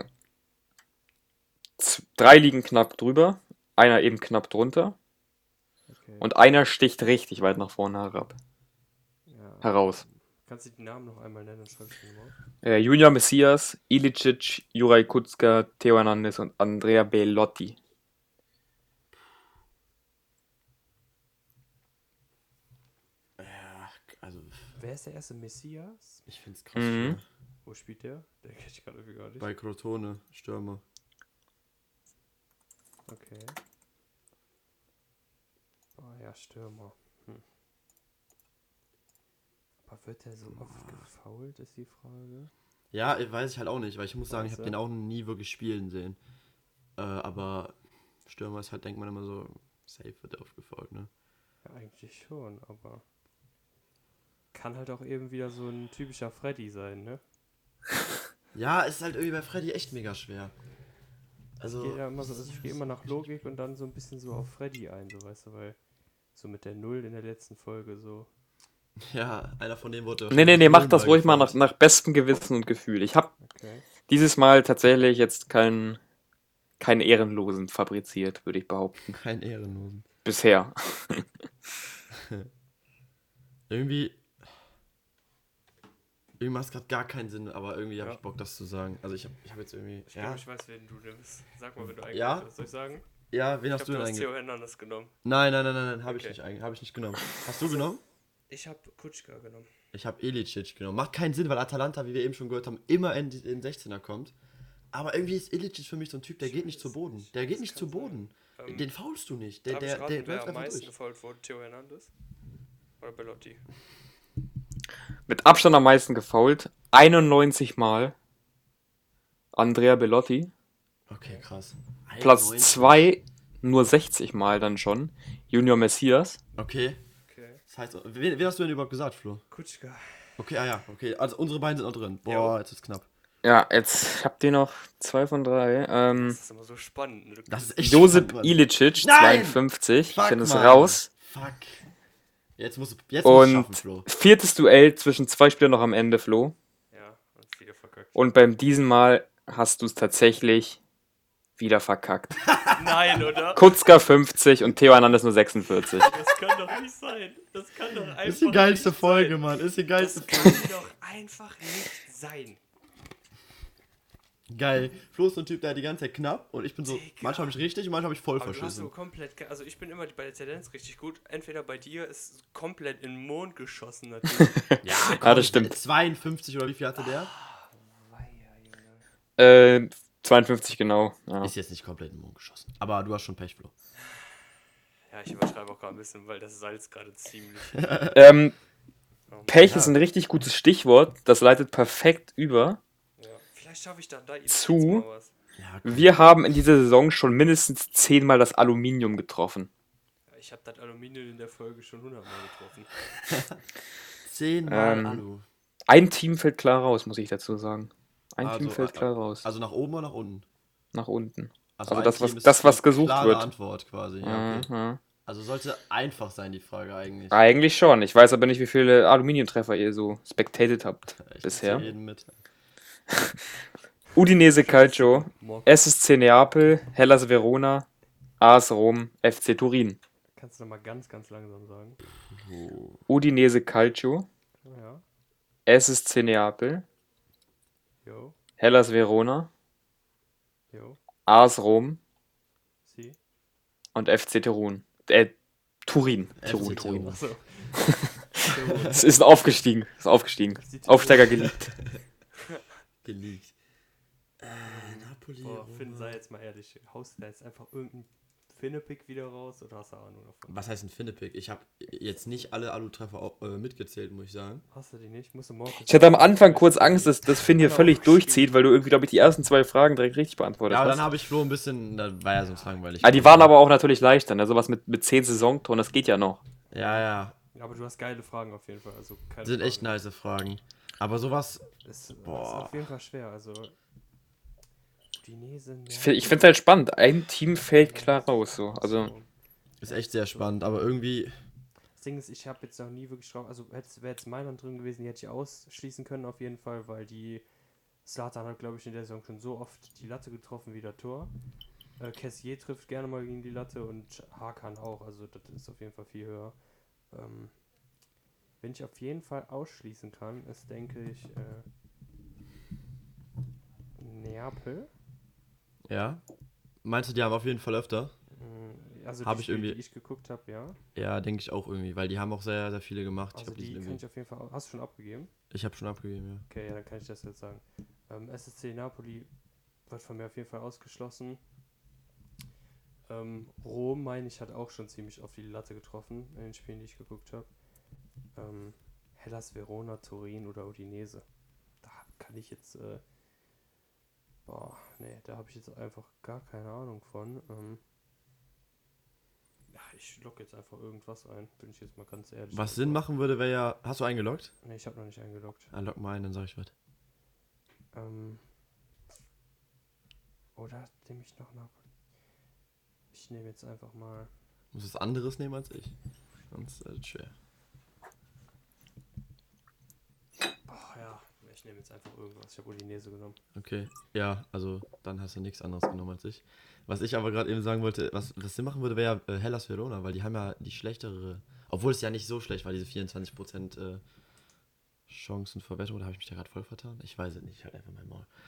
3 liegen knapp drüber, einer eben knapp drunter Okay. und einer sticht richtig weit nach vorne Ja. heraus. Kannst du die Namen noch einmal nennen und schreibst du mal auf? Junior Messias, Ilicic, Juraj Kucka, Theo Hernandez und Andrea Bellotti. ja, also Wer ist der erste Messias? ich find's krass Mhm. schwer. Wo spielt der? Der kenne ich gerade irgendwie gar nicht. Bei Crotone, Stürmer. Okay. Oh ja, Stürmer. Aber wird der so oft gefoult, ist die Frage. Ja, weiß ich halt auch nicht, weil ich muss sagen, ich habe Weißt du? den auch nie wirklich spielen sehen. Aber Stürmer ist halt, denkt man immer so, safe wird er aufgefault, ne? Ja, eigentlich schon, aber kann halt auch eben wieder so ein typischer Freddy sein, ne? Ja, ist halt irgendwie bei Freddy echt mega schwer. Also, Ich gehe ja immer so, also ich gehe immer nach Logik und dann so ein bisschen so auf Freddy ein, so weißt du, weil so mit der Null in der letzten Folge so. ja, einer von denen wurde. Nee, mach das ruhig mal gefault. nach bestem Gewissen und Gefühl. Ich habe Okay. dieses Mal tatsächlich jetzt keinen Ehrenlosen fabriziert, würde ich behaupten. Kein Ehrenlosen. Bisher. Irgendwie macht es gerade gar keinen Sinn, aber irgendwie habe Ja. ich Bock, das zu sagen. Also ich hab jetzt irgendwie. Ich Ja, glaube, ich weiß, wen du nimmst. Sag mal, wenn du eigentlich Ja? was soll ich sagen? ja, wen Ich hast glaube, du du denn hast eigentlich? Theo Hernandez genommen. Nein, habe ich Okay. nicht eigentlich. Habe ich nicht genommen. Hast du genommen? Ich habe Kutschka genommen. Ich habe Ilicic genommen. Macht keinen Sinn, weil Atalanta, wie wir eben schon gehört haben, immer in den 16er kommt. Aber irgendwie ist Ilicic für mich so ein Typ, der geht nicht zu Boden. Der geht Das nicht kann zu Boden. sein. Den faulst du nicht. Der Darf ich raten, läuft wer am einfach meisten durch. gefoult wurde? Theo Hernandez? Oder Bellotti? Mit Abstand am meisten gefoult. 91 Mal. Andrea Bellotti. Okay, krass. Platz 91. 2 nur 60 Mal dann schon. Junior Messias. Okay. Okay. Das heißt, wen hast du denn überhaupt gesagt, Flo? Kutschka. Okay, ja, okay. Also unsere beiden sind noch drin. Boah, Jo. jetzt ist knapp. Ja, jetzt habt ihr noch 2 von 3. Das ist immer so spannend. Ne? Das ist echt Josip spannend, Mann. Ilicic, Nein! 52. Fuck, Ich finde es Mann. raus. Fuck. Jetzt musst du schaffen, Und Flo. viertes Duell zwischen 2 Spielern noch am Ende, Flo. Ja, und wieder verkackt. Und beim diesem Mal hast du es tatsächlich wieder verkackt. Nein, oder? Kucka 50 und Theo Hernandez nur 46. Das kann doch nicht sein. Das kann doch einfach Ist die geilste nicht Folge, sein. Mann. Ist die geilste Das Folge. kann doch einfach nicht sein. Geil. Flo ist so ein Typ, der hat die ganze Zeit knapp und ich bin so, Digga. manchmal habe ich richtig und manchmal habe ich voll Aber du hast verschissen. so komplett, also ich bin immer bei der Tendenz richtig gut. Entweder bei dir ist komplett in den Mond geschossen natürlich. Ja, das stimmt. 52 oder wie viel hatte der? Weia, Junge. 52 genau. Ja. Ist jetzt nicht komplett in den Mond geschossen. Aber du hast schon Pech, Flo. Ja, ich übertreibe auch gerade ein bisschen, weil das Salz gerade ziemlich. Pech Ja. ist ein richtig gutes Stichwort. Das leitet perfekt über. Ja. vielleicht schaffe ich dann da jetzt Zu. mal was. Ja, komm. Wir haben in dieser Saison schon mindestens 10-mal das Aluminium getroffen. Ja, ich habe das Aluminium in der Folge schon 100-mal getroffen. 10-mal Ähm, Alu. Ein Team fällt klar raus, muss ich dazu sagen. Ein Team fällt klar raus. Also nach oben oder nach unten? Nach unten. Also Also ein das, Team ist was die gesucht klare wird. Antwort quasi. Ja, okay. Mhm. Also sollte einfach sein, die Frage eigentlich. Eigentlich schon. Ich weiß aber nicht, wie viele Aluminiumtreffer ihr so spectated habt Ich bisher. zähle jeden mit. Udinese Calcio, Morgen. SSC Neapel, Hellas Verona, AS Rom, FC Turin. Kannst du nochmal ganz, ganz langsam sagen? Oh. Udinese Calcio, Ja. SSC Neapel, Jo. Hellas Verona, Jo. AS Rom Sie. und FC Turin. Turin. FC Turin. Achso. Es ist aufgestiegen. Aufsteiger geliebt. Geleakt. Napoli. Boah, Finn, Roma. sei jetzt mal ehrlich. Haust du da jetzt einfach irgendeinen Finnepick wieder raus oder hast du Ahnung davon? Was heißt ein Finnepick? Ich habe jetzt nicht alle Alu-Treffer mitgezählt, muss ich sagen. Hast du die nicht? Musst du morgen. Ich hatte am Anfang kurz Angst, dass Finn hier völlig durchzieht, weil du irgendwie, glaube ich, die ersten 2 Fragen direkt richtig beantwortet Ja, aber hast. dann habe ich Flo ein bisschen, da war ja sonst langweilig. Die waren aber auch natürlich leichter, ne? Sowas mit 10 Saisontoren, das geht ja noch. Ja, ja. Aber du hast geile Fragen auf jeden Fall. Also keine Sind echt Frage. nice Fragen. Aber sowas, Ist Boah. auf jeden Fall schwer. Also. Udinese. Ich finde es halt spannend. Ein Team fällt klar raus, so. Also, ist echt sehr spannend, aber irgendwie, Das Ding ist, ich habe jetzt noch nie wirklich drauf. Also, wäre jetzt Mailand drin gewesen, die hätte ich ausschließen können, auf jeden Fall, weil die. Zlatan hat, glaube ich, in der Saison schon so oft die Latte getroffen wie der Tor. Kessier trifft gerne mal gegen die Latte und Hakan auch. Also, das ist auf jeden Fall viel höher. Wenn ich auf jeden Fall ausschließen kann, ist, denke ich, Neapel. ja. Meinst du, die haben auf jeden Fall öfter? Also Hab die ich Spiele, irgendwie- die ich geguckt habe, ja. Ja, denke ich auch irgendwie, weil die haben auch sehr, sehr viele gemacht. Also glaub, die sind kann irgendwie- ich auf jeden Fall. Hast du schon abgegeben? ich habe schon abgegeben, ja. Okay, ja, dann kann ich das jetzt sagen. SSC Napoli wird von mir auf jeden Fall ausgeschlossen. Rom, meine ich, hat auch schon ziemlich auf die Latte getroffen in den Spielen, die ich geguckt habe. Hellas Verona, Turin oder Udinese. Da kann ich jetzt. Da habe ich jetzt einfach gar keine Ahnung von. Ja, ich logge jetzt einfach irgendwas ein, bin ich jetzt mal ganz ehrlich. Was Sinn machen würde, wäre ja. Hast du eingeloggt? Ne, ich habe noch nicht eingeloggt. Ah, log mal ein, dann sag ich was. Oder nehme ich noch Napoli? Ich nehme jetzt einfach mal. Muss was anderes nehmen als ich. Sonst ist es schwer. Ja, ich nehme jetzt einfach irgendwas. Ich habe Udinese genommen. Okay, ja, also dann hast du nichts anderes genommen als ich. Was ich aber gerade eben sagen wollte, was Sinn machen würde, wäre ja Hellas Verona, weil die haben ja die schlechtere, obwohl es ja nicht so schlecht war, diese 24% Chancenverwertung, oder habe ich mich da gerade voll vertan? Ich weiß es nicht, halt einfach mein Maul.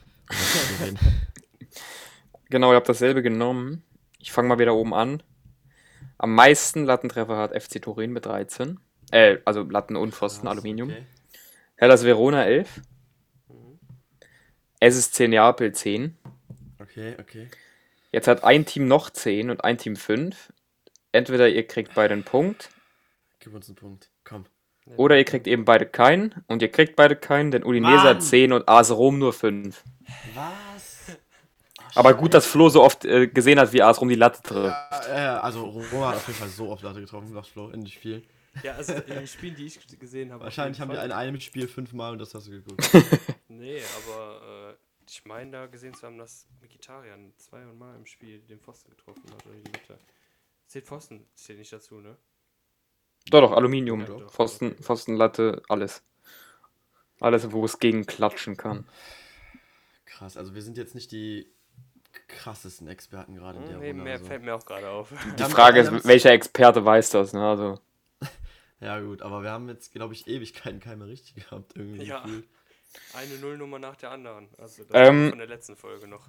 genau, ihr habt dasselbe genommen. Ich fange mal wieder oben an. Am meisten Lattentreffer hat FC Turin mit 13. Also Latten und Pfosten, Aluminium. Okay. Hellas Verona 11. Mhm. SSC Neapel 10. Okay. Jetzt hat ein Team noch 10 und ein Team 5. Entweder ihr kriegt beide einen Punkt Gib uns einen Punkt. Komm. oder ihr kriegt eben beide keinen. Und ihr kriegt beide keinen, denn Udinese Mann! hat 10 und AS Rom nur 5. Was? Aber gut, dass Flo so oft gesehen hat, wie AS Rom die Latte trifft. Ja, also Roma hat auf jeden Fall so oft Latte getroffen, sagt Flo, in den Spielen. Ja, also in den Spielen, die ich gesehen habe. Wahrscheinlich haben die in einem Spiel 5-mal und das hast du geguckt. Nee, aber ich meine da gesehen zu haben, dass Mkhitaryan 2 Mal im Spiel den Pfosten getroffen hat. Oder die Mitte. Zählt Pfosten, zählt nicht dazu, ne? Doch, Aluminium. Ja, doch. Pfosten, Latte, alles. Alles, wo es gegen klatschen kann. Krass, also wir sind jetzt nicht die krassesten Experten gerade in der Nee, Runde. mehr Also. fällt mir auch gerade auf. Die Frage ist, welcher Experte weiß das, ne? Also, Ja gut, aber wir haben jetzt, glaube ich, Ewigkeiten keine richtig gehabt. Irgendwie Ja. gefühlt. Eine Nullnummer nach der anderen. Also das Ähm, war von der letzten Folge noch.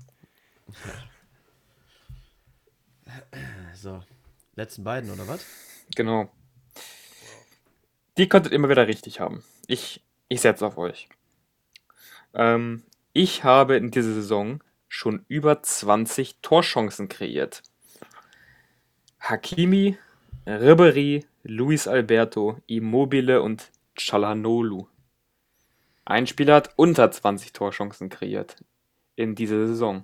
So, letzten beiden, oder was? genau. Die könntet ihr immer wieder richtig haben. Ich setze auf euch. Ich habe in dieser Saison schon über 20 Torchancen kreiert. Hakimi, Ribéry, Luis Alberto, Immobile und Çalhanoğlu. Ein Spieler hat unter 20 Torchancen kreiert in dieser Saison.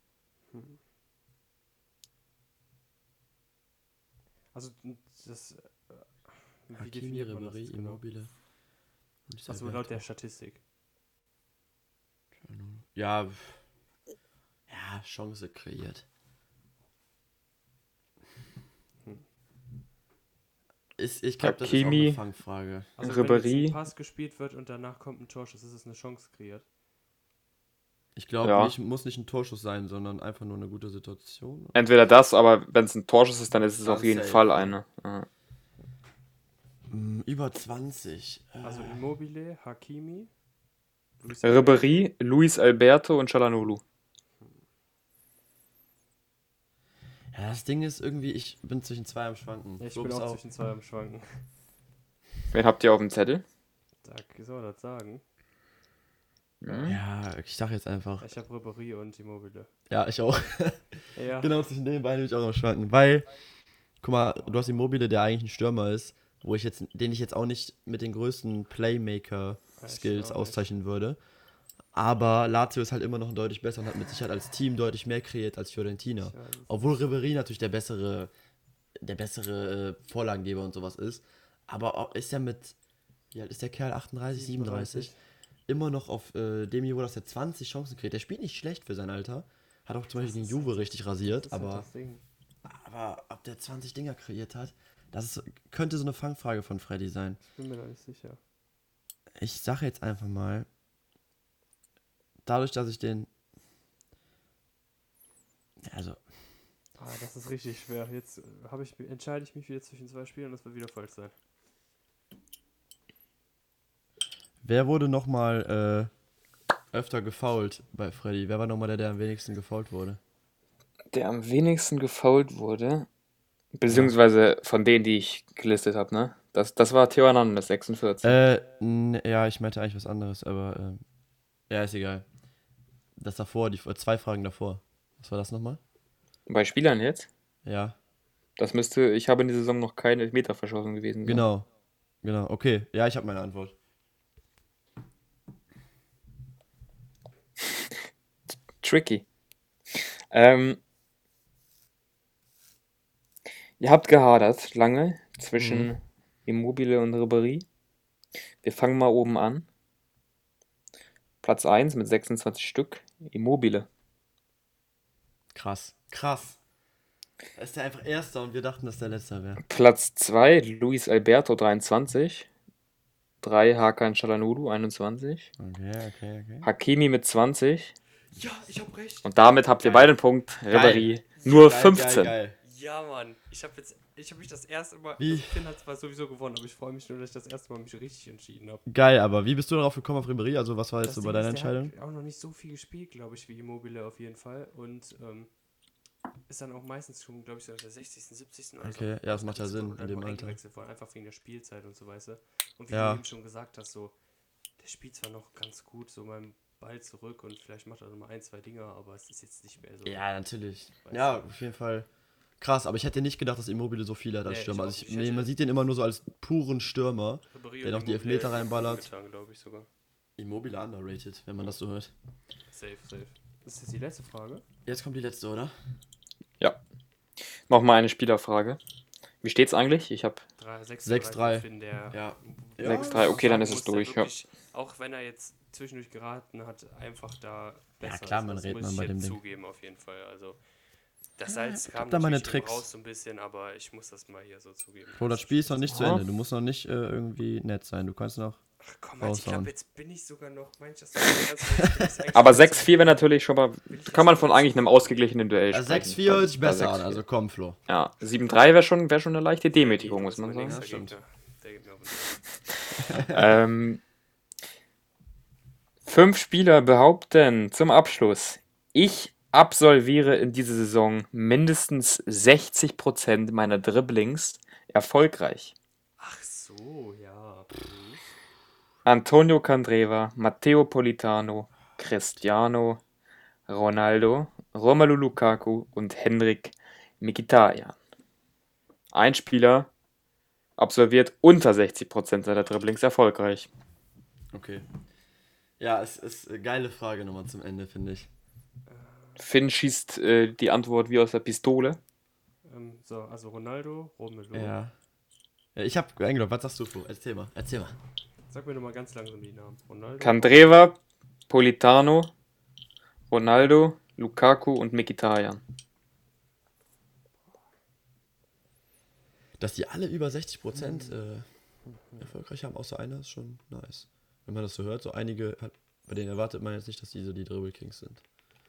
Also, das. Wie Hakimi, definiert man das Ribéry, jetzt genau? Immobile. Luis Also, laut Alberto. der Statistik. Ja, Chance kreiert. Ich glaube, das ist auch Hakimi. eine Fangfrage. Also, wenn jetzt Ribéry. ein Pass gespielt wird und danach kommt ein Torschuss, ist es eine Chance kreiert. Ich glaube, Ja. muss nicht ein Torschuss sein, sondern einfach nur eine gute Situation. Entweder das, aber wenn es ein Torschuss ist, dann ist es Dann auf jeden safe, Fall ja. eine. Ja. Über 20. Also, Immobile, Hakimi, Luis Ribéry, Luis Alberto und Çalhanoğlu. Ja, das Ding ist irgendwie, ich bin zwischen zwei am Schwanken. Ja, ich Flo bin ist auch zwischen zwei am Schwanken. Wen habt ihr auf dem Zettel? Da soll man das sagen. Hm? Ja, ich sag jetzt einfach. Ich habe Ribéry und Immobile. Ja, ich auch. Ja. Genau, zwischen den beiden bin ich auch am Schwanken. Weil, guck mal, du hast Immobile, der eigentlich ein Stürmer ist, den ich jetzt auch nicht mit den größten Playmaker-Skills auch nicht. auszeichnen würde. Aber Lazio ist halt immer noch deutlich besser und hat mit Sicherheit als Team deutlich mehr kreiert als Fiorentina. Ich weiß es Obwohl Ribéry natürlich der bessere Vorlagengeber und sowas ist. Aber ist er mit, wie alt ist der Kerl? 38, 37? Immer noch auf dem Niveau, dass er 20 Chancen kriegt. Der spielt nicht schlecht für sein Alter. Hat auch zum Beispiel gegen Juve richtig rasiert. Das ist halt Aber, das Ding. aber ob der 20 Dinger kreiert hat, könnte so eine Fangfrage von Freddy sein. Ich bin mir da nicht sicher. Ich sage jetzt einfach mal, dadurch, dass ich den... Also, Das ist richtig schwer. Jetzt entscheide ich mich wieder zwischen zwei Spielen und das wird wieder falsch sein. wer wurde nochmal öfter gefoult bei Freddy? Wer war nochmal der am wenigsten gefoult wurde? Der am wenigsten gefoult wurde, beziehungsweise von denen, die ich gelistet habe, ne? Das war Theo Hernandez, 46. Ja, ich meinte eigentlich was anderes, aber ja, ist egal. Das davor, zwei Fragen davor. Was war das nochmal? Bei Spielern jetzt? Ja, Ich habe in dieser Saison noch keinen Elfmeter verschossen gewesen. sein. genau, okay. Ja, ich habe meine Antwort. Tricky. Ihr habt gehadert lange zwischen Immobile und Ribéry. Wir fangen mal oben an. Platz 1 mit 26 Stück. Immobile. Krass. Da ist der einfach Erster und wir dachten, dass der Letzter wäre. Platz 2 Luis Alberto 23. 3 Hakan Çalhanoğlu 21. Okay. Hakimi mit 20. Ja, ich habe recht. Und damit habt ihr beide einen Punkt. Geil. Ribéry nur Geil, 15. Geil. Ja, Mann. Ich habe mich das erste Mal. Wie? Also Finn hat zwar sowieso gewonnen, aber ich freue mich nur, dass ich das erste Mal mich richtig entschieden habe. Geil, aber wie bist du darauf gekommen auf Ribéry? Also was war jetzt so bei deiner Der Entscheidung? hat auch noch nicht so viel gespielt, glaube ich, wie Immobile auf jeden Fall. Und ist dann auch meistens schon, glaube ich, so in der 60., 70. oder so. Okay, ja, das macht ja Ist Sinn gut, in dem einfach Alter. eingewechselt worden, einfach wegen der Spielzeit und so, weißt du. Und wie Ja. du eben schon gesagt hast, so, der spielt zwar noch ganz gut, so beim Ball zurück und vielleicht macht er noch mal ein, zwei Dinger, aber es ist jetzt nicht mehr so. Ja, natürlich. Weißt Ja, du? auf jeden Fall. Krass, aber ich hätte nicht gedacht, dass Immobile so viel hat als Nee, Stürmer. ich Also auch nicht. man sieht den immer nur so als puren Stürmer. Ribéry der und noch die Immobile Elfmeter reinballert. glaube ich sogar. Immobile underrated, wenn man das so hört. Safe. Das ist jetzt die letzte Frage. Jetzt kommt die letzte, oder? Nochmal eine Spielerfrage. Wie steht's eigentlich? Ich habe 6-3. Finn, der Ja. 6-3. Okay, dann ist es muss da durch. Ja. wirklich, auch wenn er jetzt zwischendurch geraten hat, einfach da besser klar, ist. man Das redet muss man ich bei jetzt dem Ding. zugeben, auf jeden Fall. Also, das Salz kam da meine natürlich eben Tricks. raus so ein bisschen, aber ich muss das mal hier so zugeben. Bro, das Spiel ist noch nicht zu Ja. Ende. Du musst noch nicht irgendwie nett sein. Du kannst noch. Ach komm, halt, ich raushauen. glaube, jetzt bin ich sogar noch Manchester United. Aber 6-4 wäre natürlich schon mal. Kann man von eigentlich einem ausgeglichenen Duell Also sprechen. 6-4 hört sich Bei besser an, 6-4. also komm, Flo. Ja, 7-3 wäre schon eine leichte Demütigung, muss man mein sagen. nächster stimmt. Gegner. Der geht mir auf den Sack. 5 Spieler behaupten zum Abschluss, ich absolviere in dieser Saison mindestens 60% meiner Dribblings erfolgreich. Ach so, ja. Antonio Candreva, Matteo Politano, Cristiano Ronaldo, Romelu Lukaku und Henrik Mkhitaryan. Ein Spieler absolviert unter 60% seiner Dribblings erfolgreich. Okay. Ja, es ist eine geile Frage nochmal zum Ende, finde ich. Finn schießt die Antwort wie aus der Pistole. So, also Ronaldo, Romelu. Ja. Ja, ich habe eingeloggt. Was sagst du, Flo? Erzähl mal. Sag mir nochmal ganz langsam die Namen. Ronaldo. Candreva, Politano, Ronaldo, Lukaku und Mkhitaryan. Dass die alle über 60% erfolgreich haben, außer einer, ist schon nice. Wenn man das so hört, so einige, bei denen erwartet man jetzt nicht, dass die so die Dribble Kings sind.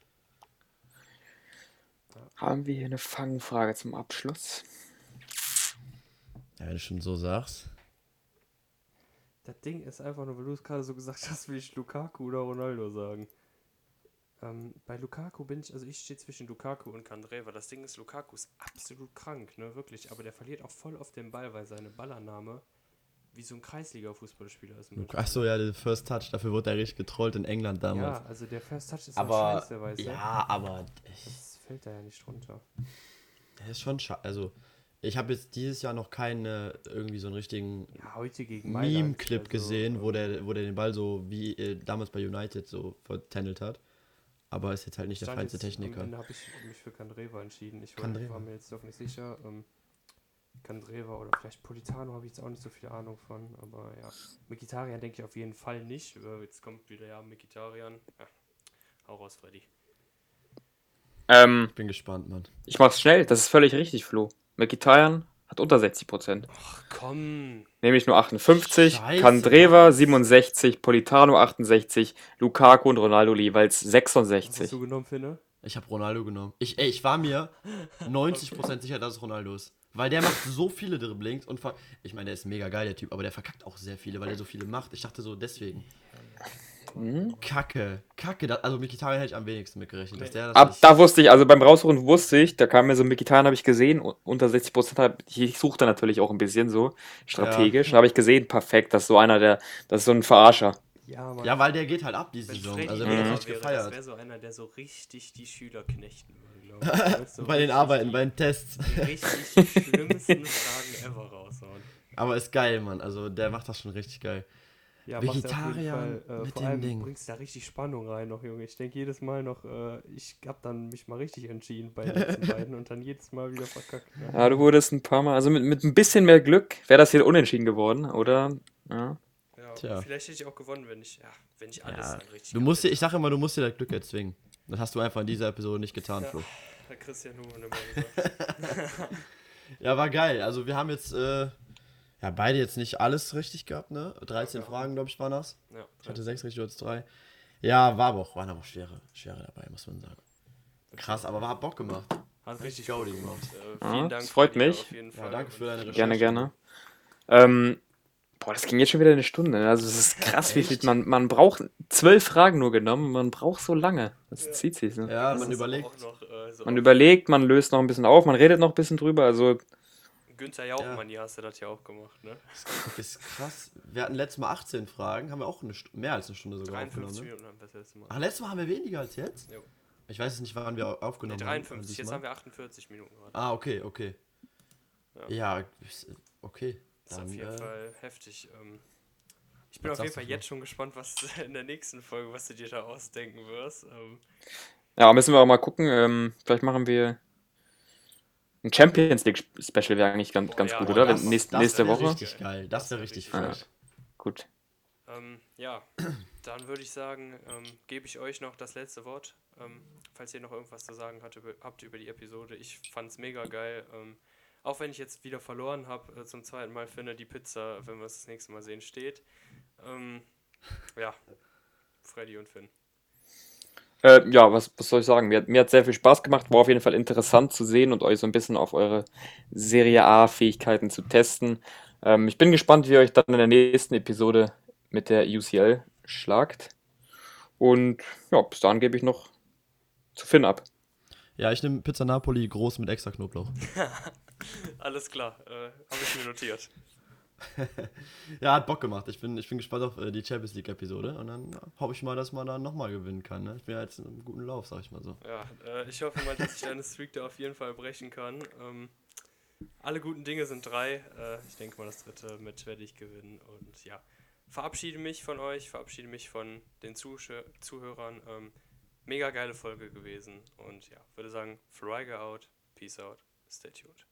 Haben wir hier eine Fangfrage zum Abschluss? Ja, wenn du schon so sagst. Das Ding ist einfach nur, weil du es gerade so gesagt hast, will ich Lukaku oder Ronaldo sagen. Bei Lukaku ich stehe zwischen Lukaku und Candreva. Das Ding ist, Lukaku ist absolut krank, ne, wirklich. Aber der verliert auch voll auf den Ball, weil seine Ballannahme wie so ein Kreisliga-Fußballspieler ist. Achso, ja, der First Touch, dafür wurde er richtig getrollt in England damals. Ja, also der First Touch ist aber, halt scheiße, weißt du? ja, aber Das fällt da ja nicht runter. der ist schon scheiße. Also, ich habe jetzt dieses Jahr noch irgendwie so einen richtigen Ja, heute gegen Mailand. Meme-Clip also, gesehen, wo der den Ball so wie damals bei United so vertändelt hat. Aber ist jetzt halt nicht der Stand feinste jetzt, Techniker. Am Ende habe ich mich für Candreva entschieden. Ich Candreva. war mir jetzt doch nicht sicher. Candreva oder vielleicht Politano habe ich jetzt auch nicht so viel Ahnung von. Aber ja, Mkhitaryan denke ich auf jeden Fall nicht. Jetzt kommt wieder, ja, Mkhitaryan. Ja, hau raus, Freddy. Ich bin gespannt, Mann. Ich mach's schnell, das ist völlig richtig, Flo. Mkhitaryan hat unter 60%. Ach komm. Nämlich nur 58, Scheiße, Candreva was? 67, Politano 68, Lukaku und Ronaldo jeweils Was hast 66. du genommen, Finne? Ich habe Ronaldo genommen. Ich war mir 90% sicher, dass es Ronaldo ist. Weil der macht so viele Dribblings und ich meine, der ist mega geil, der Typ, aber der verkackt auch sehr viele, weil er so viele macht. Ich dachte so, deswegen. Kacke. Also Mkhitaryan hätte ich am wenigsten mitgerechnet. Dass der das Ab ist. da wusste ich, also beim Raussuchen wusste ich, da kam mir so Mkhitaryan, habe ich gesehen, unter 60%. Ich suchte natürlich auch ein bisschen so strategisch. Da habe ich gesehen, perfekt, das ist so das ist so ein Verarscher. Ja, Mann. Ja, weil der geht halt ab, die Wenn Saison. Freddy Also er wird auch Lehrer richtig wäre, das gefeiert. wäre so einer, der so richtig die Schüler knechten würde, glaube ich. So Bei den richtig Arbeiten, bei den Tests. die richtig schlimmsten Fragen ever raushauen. Aber ist geil, Mann. Also der macht das schon richtig geil. Ja, machst du auf jeden Vegetarier Fall. mit Vor dem allem Ding. bringst du da richtig Spannung rein noch, Junge. Ich denke jedes Mal noch, ich hab dann mich mal richtig entschieden bei den letzten beiden und dann jedes Mal wieder verkackt. Ne? Ja, du wurdest ein paar Mal, also mit ein bisschen mehr Glück wäre das hier unentschieden geworden, oder? Ja. Ja, Tja. vielleicht hätte ich auch gewonnen, wenn ich alles Ja, dann richtig ich sag immer, du musst dir das Glück erzwingen. Das hast du einfach in dieser Episode nicht getan, Ja. Flo. Hat Christian Humann immer gesagt. Ja, war geil. Also wir haben jetzt beide jetzt nicht alles richtig gehabt, ne? 13 Fragen, glaube ich, waren das. Ja, Ich hatte 6 richtig, du hattest 3. Ja, waren aber schwere dabei, muss man sagen. Krass, aber hat Bock gemacht. Hat richtig Gaudi Bock gemacht. Ja, Vielen Dank. das freut Freddy, mich. Auf jeden Ja, Fall. danke für deine Recherche. Gerne, gerne. Das ging jetzt schon wieder eine Stunde. Ne? Also es ist krass, wie viel man braucht. 12 Fragen nur genommen, man braucht so lange. Das zieht sich. Ne? Ja, Das man ist überlegt. auch noch, so Man auf- überlegt, man löst noch ein bisschen auf, man redet noch ein bisschen drüber. Also Günther Jauchmann, ja, hast du das ja auch gemacht, ne? Ist krass. Wir hatten letztes Mal 18 Fragen, haben wir auch mehr als eine Stunde sogar 53 aufgenommen. Ne? Minuten haben wir das letzte Mal. Ach, letztes Mal haben wir weniger als jetzt? Jo. Ich weiß jetzt nicht, wann wir Nee, aufgenommen 53, haben. jetzt diesmal. haben wir 48 Minuten gerade. Ah, okay. Ja, okay. Das ist Dann, auf jeden Fall heftig. Ich bin was auf jeden sagst Fall du, jetzt schon gespannt, was in der nächsten Folge, was du dir da ausdenken wirst. ja, müssen wir auch mal gucken. Vielleicht machen wir ein Champions League Special, wäre eigentlich ganz ja, gut, boah, oder? das nächste wär Woche. Richtig geil. Das wäre richtig fresh. Gut. Ja, dann würde ich sagen, gebe ich euch noch das letzte Wort. Falls ihr noch irgendwas zu sagen habt über die Episode. Ich fand es mega geil. Auch wenn ich jetzt wieder verloren habe, zum zweiten Mal finde die Pizza, wenn wir es das nächste Mal sehen, steht. Ja, Freddy und Finn. Ja, was soll ich sagen? Mir hat sehr viel Spaß gemacht, war auf jeden Fall interessant zu sehen und euch so ein bisschen auf eure Serie A-Fähigkeiten zu testen. Ich bin gespannt, wie ihr euch dann in der nächsten Episode mit der UCL schlagt. Und ja, bis dahin gebe ich noch zu Finn ab. Ja, ich nehme Pizza Napoli groß mit extra Knoblauch. Alles klar, habe ich mir notiert. Ja, hat Bock gemacht. Ich bin gespannt auf die Champions League Episode und dann hoffe ich mal, dass man dann nochmal gewinnen kann. Ne? Ich bin ja jetzt in einem guten Lauf, sag ich mal so. Ja, ich hoffe mal, dass ich deine Streak da auf jeden Fall brechen kann. Alle guten Dinge sind 3. Ich denke mal, das dritte Match werde ich gewinnen. Und ja, verabschiede mich von euch, verabschiede mich von den Zuhörern. Mega geile Folge gewesen. Und ja, würde sagen, Flyger out, peace out, stay tuned.